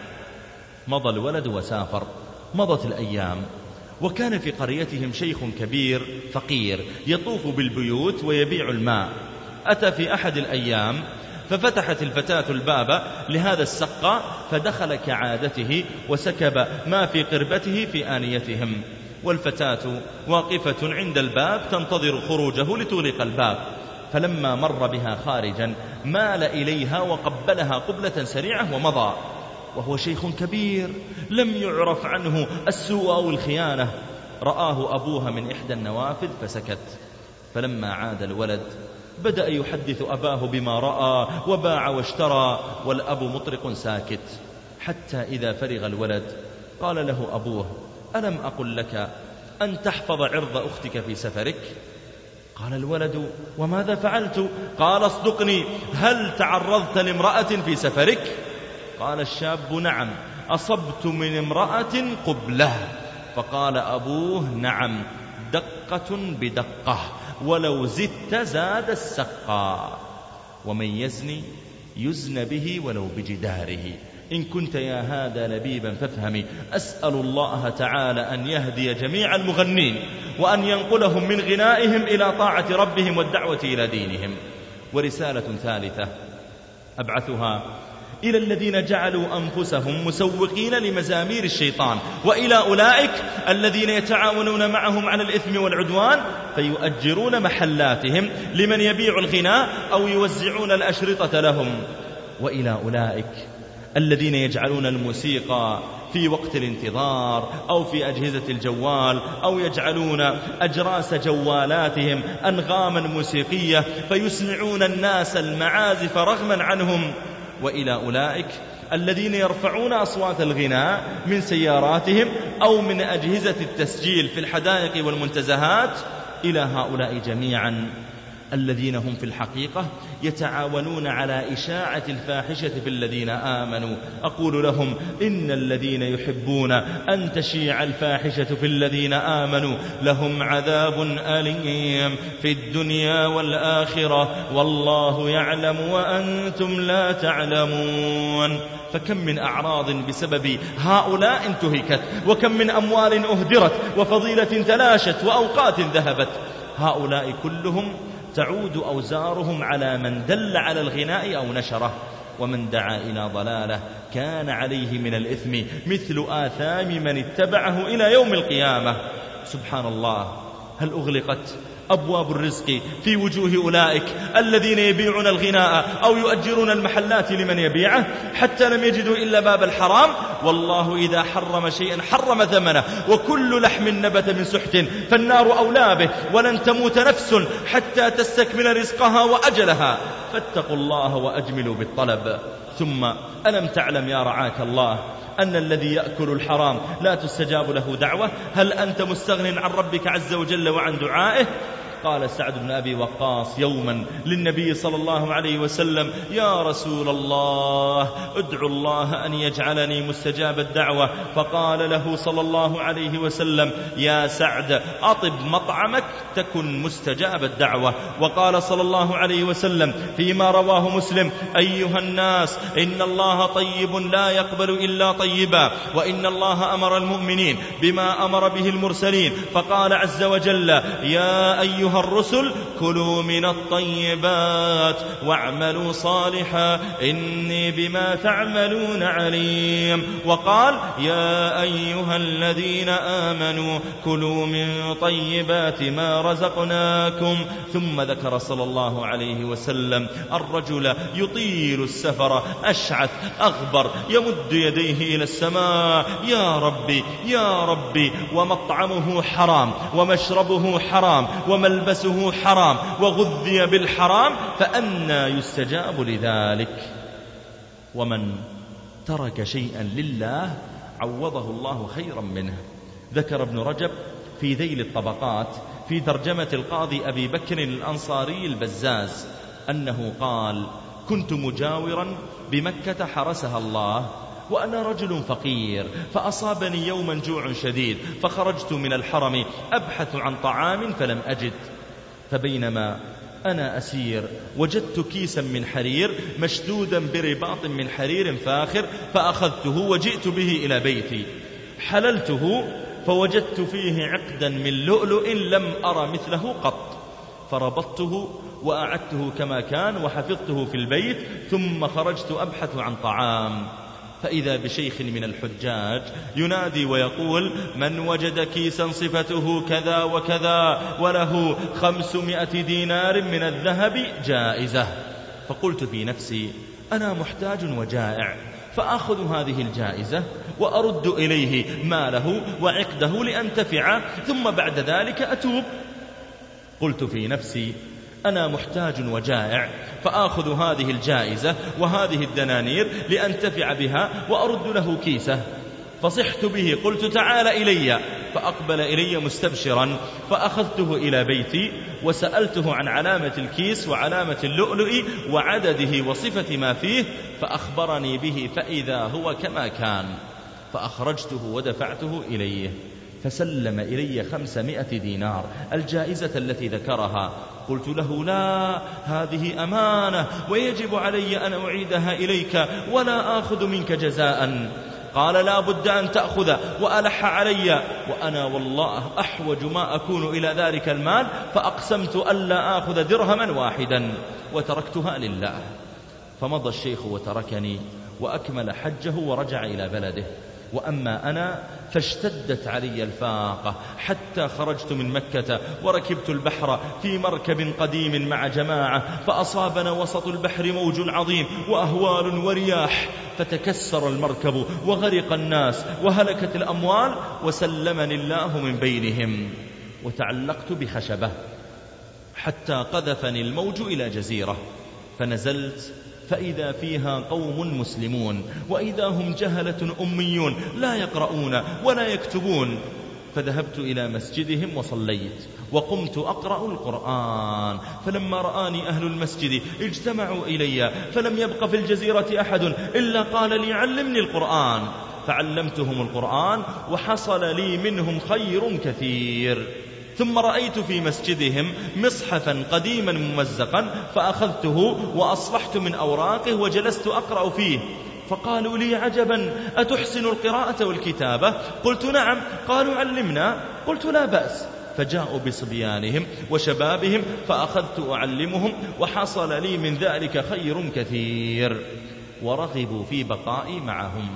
مضى الولد وسافر. مضت الأيام، وكان في قريتهم شيخ كبير فقير يطوف بالبيوت ويبيع الماء. أتى في أحد الأيام ففتحت الفتاة الباب لهذا السقا، فدخل كعادته وسكب ما في قربته في آنيتهم، والفتاة واقفة عند الباب تنتظر خروجه لتغلق الباب. فلما مر بها خارجا مال إليها وقبلها قبلة سريعة ومضى، وهو شيخ كبير لم يعرف عنه السوء أو الخيانة. رآه أبوها من إحدى النوافذ فسكت. فلما عاد الولد بدأ يحدث أباه بما رأى وباع واشترى، والأب مطرق ساكت، حتى إذا فرغ الولد قال له أبوه: ألم أقل لك أن تحفظ عرض أختك في سفرك؟ قال الولد: وماذا فعلت؟ قال: اصدقني، هل تعرضت لامرأة في سفرك؟ قال الشاب: نعم، أصبت من امرأة قبله. فقال أبوه: نعم، دقة بدقة، ولو زدت زاد السقا، ومن يزني يزن به ولو بجداره. إن كنت يا هذا لبيبا فافهمي. أسأل الله تعالى أن يهدي جميع المغنين، وأن ينقلهم من غنائهم إلى طاعة ربهم والدعوة إلى دينهم. ورسالة ثالثة أبعثها إلى الذين جعلوا أنفسهم مسوقين لمزامير الشيطان، وإلى أولئك الذين يتعاونون معهم على الإثم والعدوان فيؤجرون محلاتهم لمن يبيع الغناء أو يوزعون الأشرطة لهم، وإلى أولئك الذين يجعلون الموسيقى في وقت الانتظار أو في أجهزة الجوال، أو يجعلون أجراس جوالاتهم أنغاما موسيقية فيسمعون الناس المعازف رغما عنهم، وإلى أولئك الذين يرفعون أصوات الغناء من سياراتهم أو من أجهزة التسجيل في الحدائق والمنتزهات. إلى هؤلاء جميعا الذين هم في الحقيقة يتعاونون على إشاعة الفاحشة في الذين آمنوا، أقول لهم: إن الذين يحبون أن تشيع الفاحشة في الذين آمنوا لهم عذاب أليم في الدنيا والآخرة، والله يعلم وأنتم لا تعلمون. فكم من أعراض بسبب هؤلاء انتهكت، وكم من أموال أهدرت، وفضيلة تلاشت، وأوقات ذهبت. هؤلاء كلهم تعود أوزارهم على من دل على الغناء أو نشره، ومن دعا إلى ضلاله كان عليه من الإثم مثل آثام من اتبعه إلى يوم القيامة. سبحان الله، هل أغلقت أبواب الرزق في وجوه أولئك الذين يبيعون الغناء أو يؤجرون المحلات لمن يبيعه حتى لم يجدوا إلا باب الحرام؟ والله إذا حرم شيئا حرم ثمنه، وكل لحم نبت من سحت فالنار أولى به، ولن تموت نفس حتى تستكمل رزقها وأجلها، فاتقوا الله وأجملوا بالطلب. ثم ألم تعلم يا رعاك الله أن الذي يأكل الحرام لا تستجاب له دعوة؟ هل أنت مستغن عن ربك عز وجل وعن دعائه؟ قال سعد بن أبي وقاص يوما للنبي صلى الله عليه وسلم: يا رسول الله، ادعو الله أن يجعلني مستجاب الدعوة. فقال له صلى الله عليه وسلم: يا سعد، أطب مطعمك تكن مستجاب الدعوة. وقال صلى الله عليه وسلم فيما رواه مسلم: أيها الناس، إن الله طيب لا يقبل إلا طيبا، وإن الله أمر المؤمنين بما أمر به المرسلين، فقال عز وجل: يا أيها أيها الرسل كلوا من الطيبات واعملوا صالحا إني بما تعملون عليم. وقال يا أيها الذين آمنوا كلوا من طيبات ما رزقناكم. ثم ذكر صلى الله عليه وسلم الرجل يطيل السفر أشعث أغبر يمد يديه إلى السماء يا ربي يا ربي، ومطعمه حرام ومشربه حرام وملبسه حرام وغذي بالحرام، فأنى يستجاب لذلك؟ ومن ترك شيئا لله عوضه الله خيرا منه. ذكر ابن رجب في ذيل الطبقات في ترجمة القاضي أبي بكر الأنصاري البزاز أنه قال كنت مجاورا بمكة حرسها الله وأنا رجل فقير، فأصابني يوما جوع شديد، فخرجت من الحرم أبحث عن طعام فلم أجد، فبينما أنا أسير وجدت كيسا من حرير مشدودا برباط من حرير فاخر، فأخذته وجئت به إلى بيتي، حللته فوجدت فيه عقدا من لؤلؤ لم أرى مثله قط، فربطته وأعدته كما كان وحفظته في البيت، ثم خرجت أبحث عن طعام، فإذا بشيخ من الحجاج ينادي ويقول من وجد كيسا صفته كذا وكذا وله 500 دينار من الذهب جائزة. فقلت في نفسي أنا محتاج وجائع، فأخذ هذه الجائزة وأرد إليه ماله وعقده لأنتفع، ثم بعد ذلك أتوب. قلت في نفسي أنا محتاج وجائع، فآخذ هذه الجائزة وهذه الدنانير لأنتفع بها وأرد له كيسه. فصحت به قلت تعال إلي، فأقبل إلي مستبشرا، فأخذته إلى بيتي وسألته عن علامة الكيس وعلامة اللؤلؤ وعدده وصفة ما فيه، فأخبرني به فإذا هو كما كان، فأخرجته ودفعته إليه، فسلم إلي 500 دينار الجائزة التي ذكرها. قلت له لا، هذه أمانة ويجب علي أن أعيدها إليك ولا آخذ منك جزاء. قال لا بد أن تأخذ، وألح علي، وأنا والله أحوج ما أكون إلى ذلك المال، فأقسمت ألا آخذ درهما واحدا وتركتها لله. فمضى الشيخ وتركني وأكمل حجه ورجع إلى بلده، وأما أنا فاشتدت علي الفاقة حتى خرجت من مكة وركبت البحر في مركب قديم مع جماعة، فأصابنا وسط البحر موج عظيم وأهوال ورياح، فتكسر المركب وغرق الناس وهلكت الأموال، وسلمني الله من بينهم. وتعلقت بخشبة حتى قذفني الموج إلى جزيرة، فنزلت فإذا فيها قوم مسلمون، وإذا هم جهلة أميون لا يقرؤون ولا يكتبون، فذهبت إلى مسجدهم وصليت، وقمت أقرأ القرآن، فلما رآني أهل المسجد اجتمعوا إلي، فلم يبق في الجزيرة أحد إلا قال لي علمني القرآن، فعلمتهم القرآن وحصل لي منهم خير كثير. ثم رأيت في مسجدهم مصحفا قديما ممزقا، فأخذته وأصلحت من أوراقه وجلست أقرأ فيه، فقالوا لي عجبا أتحسن القراءة والكتابة؟ قلت نعم. قالوا علمنا، قلت لا بأس، فجاءوا بصبيانهم وشبابهم فأخذت أعلمهم، وحصل لي من ذلك خير كثير، ورغبوا في بقائي معهم.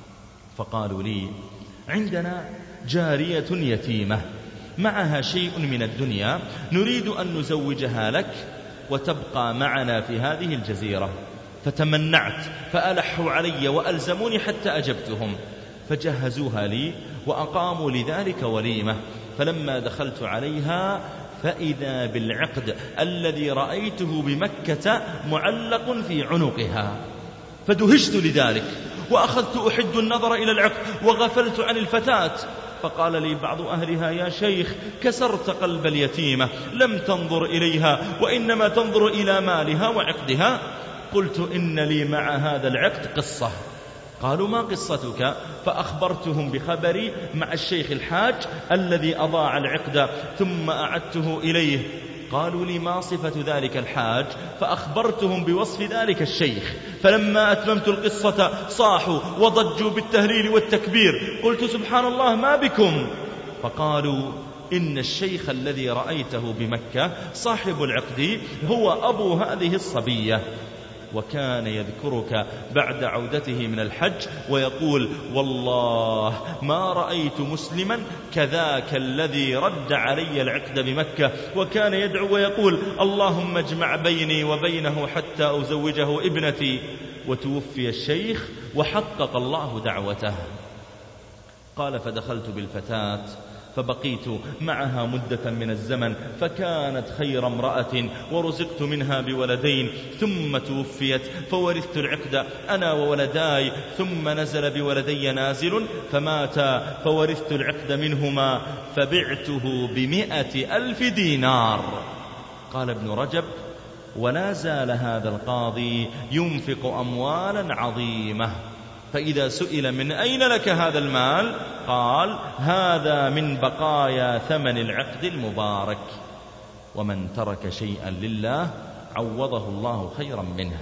فقالوا لي عندنا جارية يتيمة معها شيء من الدنيا، نريد أن نزوجها لك وتبقى معنا في هذه الجزيرة. فتمنعت، فألحوا علي وألزموني حتى أجبتهم، فجهزوها لي وأقاموا لذلك وليمة. فلما دخلت عليها فإذا بالعقد الذي رأيته بمكة معلق في عنقها، فدهشت لذلك، وأخذت أحد النظر إلى العقد وغفلت عن الفتاة. فقال لي بعض أهلها يا شيخ كسرت قلب اليتيمة، لم تنظر إليها وإنما تنظر إلى مالها وعقدها. قلت إن لي مع هذا العقد قصة. قالوا ما قصتك؟ فأخبرتهم بخبري مع الشيخ الحاج الذي أضاع العقد ثم أعدته إليه. قالوا لي ما صفة ذلك الحاج؟ فأخبرتهم بوصف ذلك الشيخ، فلما أتممت القصة صاحوا وضجوا بالتهليل والتكبير. قلت سبحان الله ما بكم؟ فقالوا إن الشيخ الذي رأيته بمكة صاحب العقد هو أبو هذه الصبية، وكان يذكرك بعد عودته من الحج ويقول: والله ما رأيت مسلما كذاك الذي رد علي العقد بمكة. وكان يدعو ويقول: اللهم اجمع بيني وبينه حتى أزوجه ابنتي. وتوفي الشيخ وحقق الله دعوته. قال: فدخلت بالفتاة فبقيت معها مدة من الزمن، فكانت خير امرأة، ورزقت منها بولدين، ثم توفيت فورثت العقد أنا وولداي، ثم نزل بولدي نازل فماتا، فورثت العقد منهما فبعته ب100,000 دينار. قال ابن رجب: ولا زال هذا القاضي ينفق أموالا عظيمة، فإذا سئل: من أين لك هذا المال؟ قال: هذا من بقايا ثمن العقد المبارك. ومن ترك شيئا لله عوضه الله خيرا منه.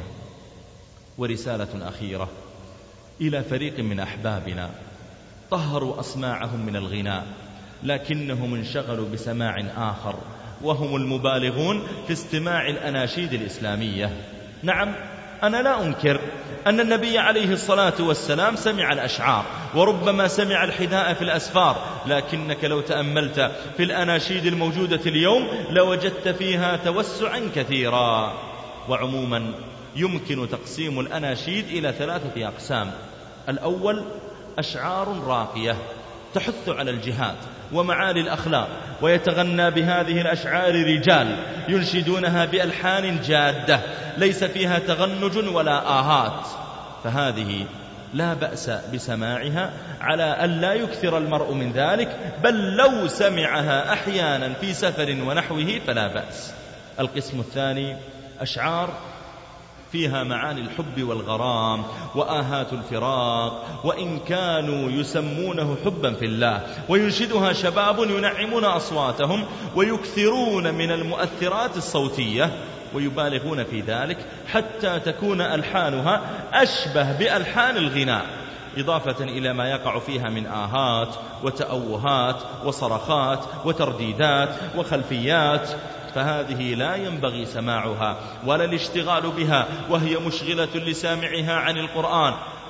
ورسالة أخيرة إلى فريق من أحبابنا طهروا أسماعهم من الغناء، لكنهم انشغلوا بسماع آخر، وهم المبالغون في استماع الأناشيد الإسلامية. نعم، أنا لا أنكر أن النبي عليه الصلاة والسلام سمع الأشعار، وربما سمع الحداء في الأسفار، لكنك لو تأملت في الأناشيد الموجودة اليوم لوجدت فيها توسعا كثيرا. وعموما يمكن تقسيم الأناشيد إلى 3 أقسام. الأول: أشعار راقية تحث على الجهاد ومعالي الأخلاق، ويتغنى بهذه الأشعار رجال ينشدونها بألحان جادة ليس فيها تغنج ولا آهات، فهذه لا بأس بسماعها على أن لا يكثر المرء من ذلك، بل لو سمعها أحيانا في سفر ونحوه فلا بأس. القسم الثاني: أشعار فيها معاني الحب والغرام وآهات الفراق، وإن كانوا يسمونه حبا في الله، وينشدها شباب ينعمون أصواتهم ويكثرون من المؤثرات الصوتية، ويبالغون في ذلك حتى تكون ألحانها أشبه بألحان الغناء، إضافة إلى ما يقع فيها من آهات وتأوهات وصرخات وترديدات وخلفيات، فهذه لا ينبغي سماعها ولا الاشتغال بها، وهي مشغلة لسامعها عن القرآن.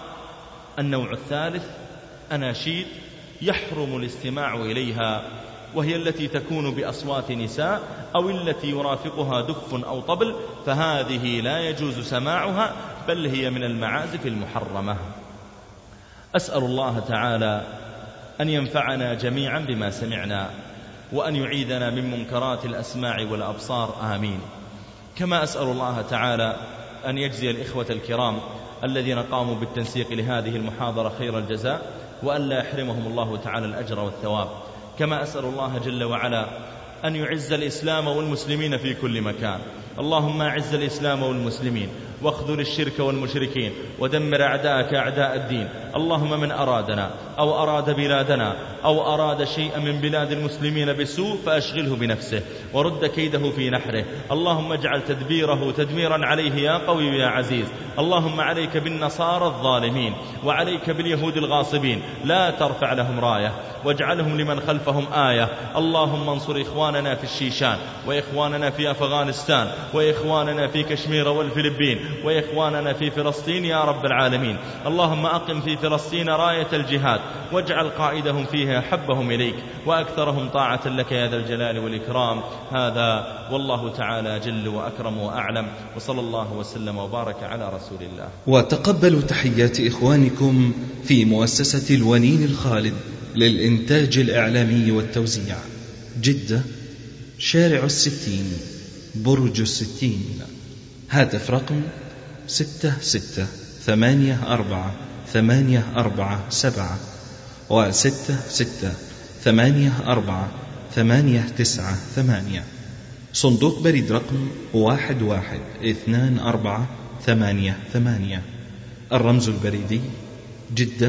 النوع الثالث: أناشيد يحرم الاستماع إليها، وهي التي تكون بأصوات نساء أو التي يرافقها دف أو طبل، فهذه لا يجوز سماعها، بل هي من المعازف المحرمة. أسأل الله تعالى أن ينفعنا جميعا بما سمعنا، وأن يعيذنا من منكرات الأسماع والأبصار، آمين. كما أسأل الله تعالى أن يجزي الإخوة الكرام الذين قاموا بالتنسيق لهذه المحاضرة خير الجزاء، وأن لا يحرمهم الله تعالى الأجر والثواب. كما أسأل الله جل وعلا أن يعز الإسلام والمسلمين في كل مكان. اللهم أعز الإسلام والمسلمين، واخذل الشرك والمشركين، ودمر أعداءك أعداء الدين. اللهم من أرادنا أو أراد بلادنا أو أراد شيئا من بلاد المسلمين بسوء فأشغله بنفسه ورد كيده في نحره. اللهم اجعل تدبيره تدميرا عليه يا قوي يا عزيز. اللهم عليك بالنصارى الظالمين، وعليك باليهود الغاصبين، لا ترفع لهم راية، واجعلهم لمن خلفهم آية. اللهم انصر إخواننا في الشيشان، وإخواننا في أفغانستان، وإخواننا في كشمير والفلبين، وإخواننا في فلسطين يا رب العالمين. اللهم أقم في فلسطين راية الجهاد، واجعل قائدهم فيها أحبهم إليك وأكثرهم طاعة لك يا ذا الجلال والإكرام. هذا والله تعالى جل وأكرم وأعلم، وصلى الله وسلم وبارك على رسول الله. وتقبلوا تحيات إخوانكم في مؤسسة الونين الخالد للإنتاج الإعلامي والتوزيع، جدة، شارع 60، برج 60. هاتف رقم 66848447 و66848988. صندوق بريد رقم 1124888. الرمز البريدي جدة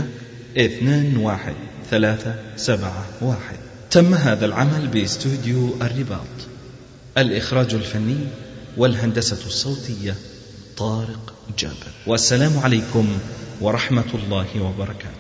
21371. تم هذا العمل باستوديو الرباط. الإخراج الفني والهندسة الصوتية طارق جابر. والسلام عليكم ورحمة الله وبركاته.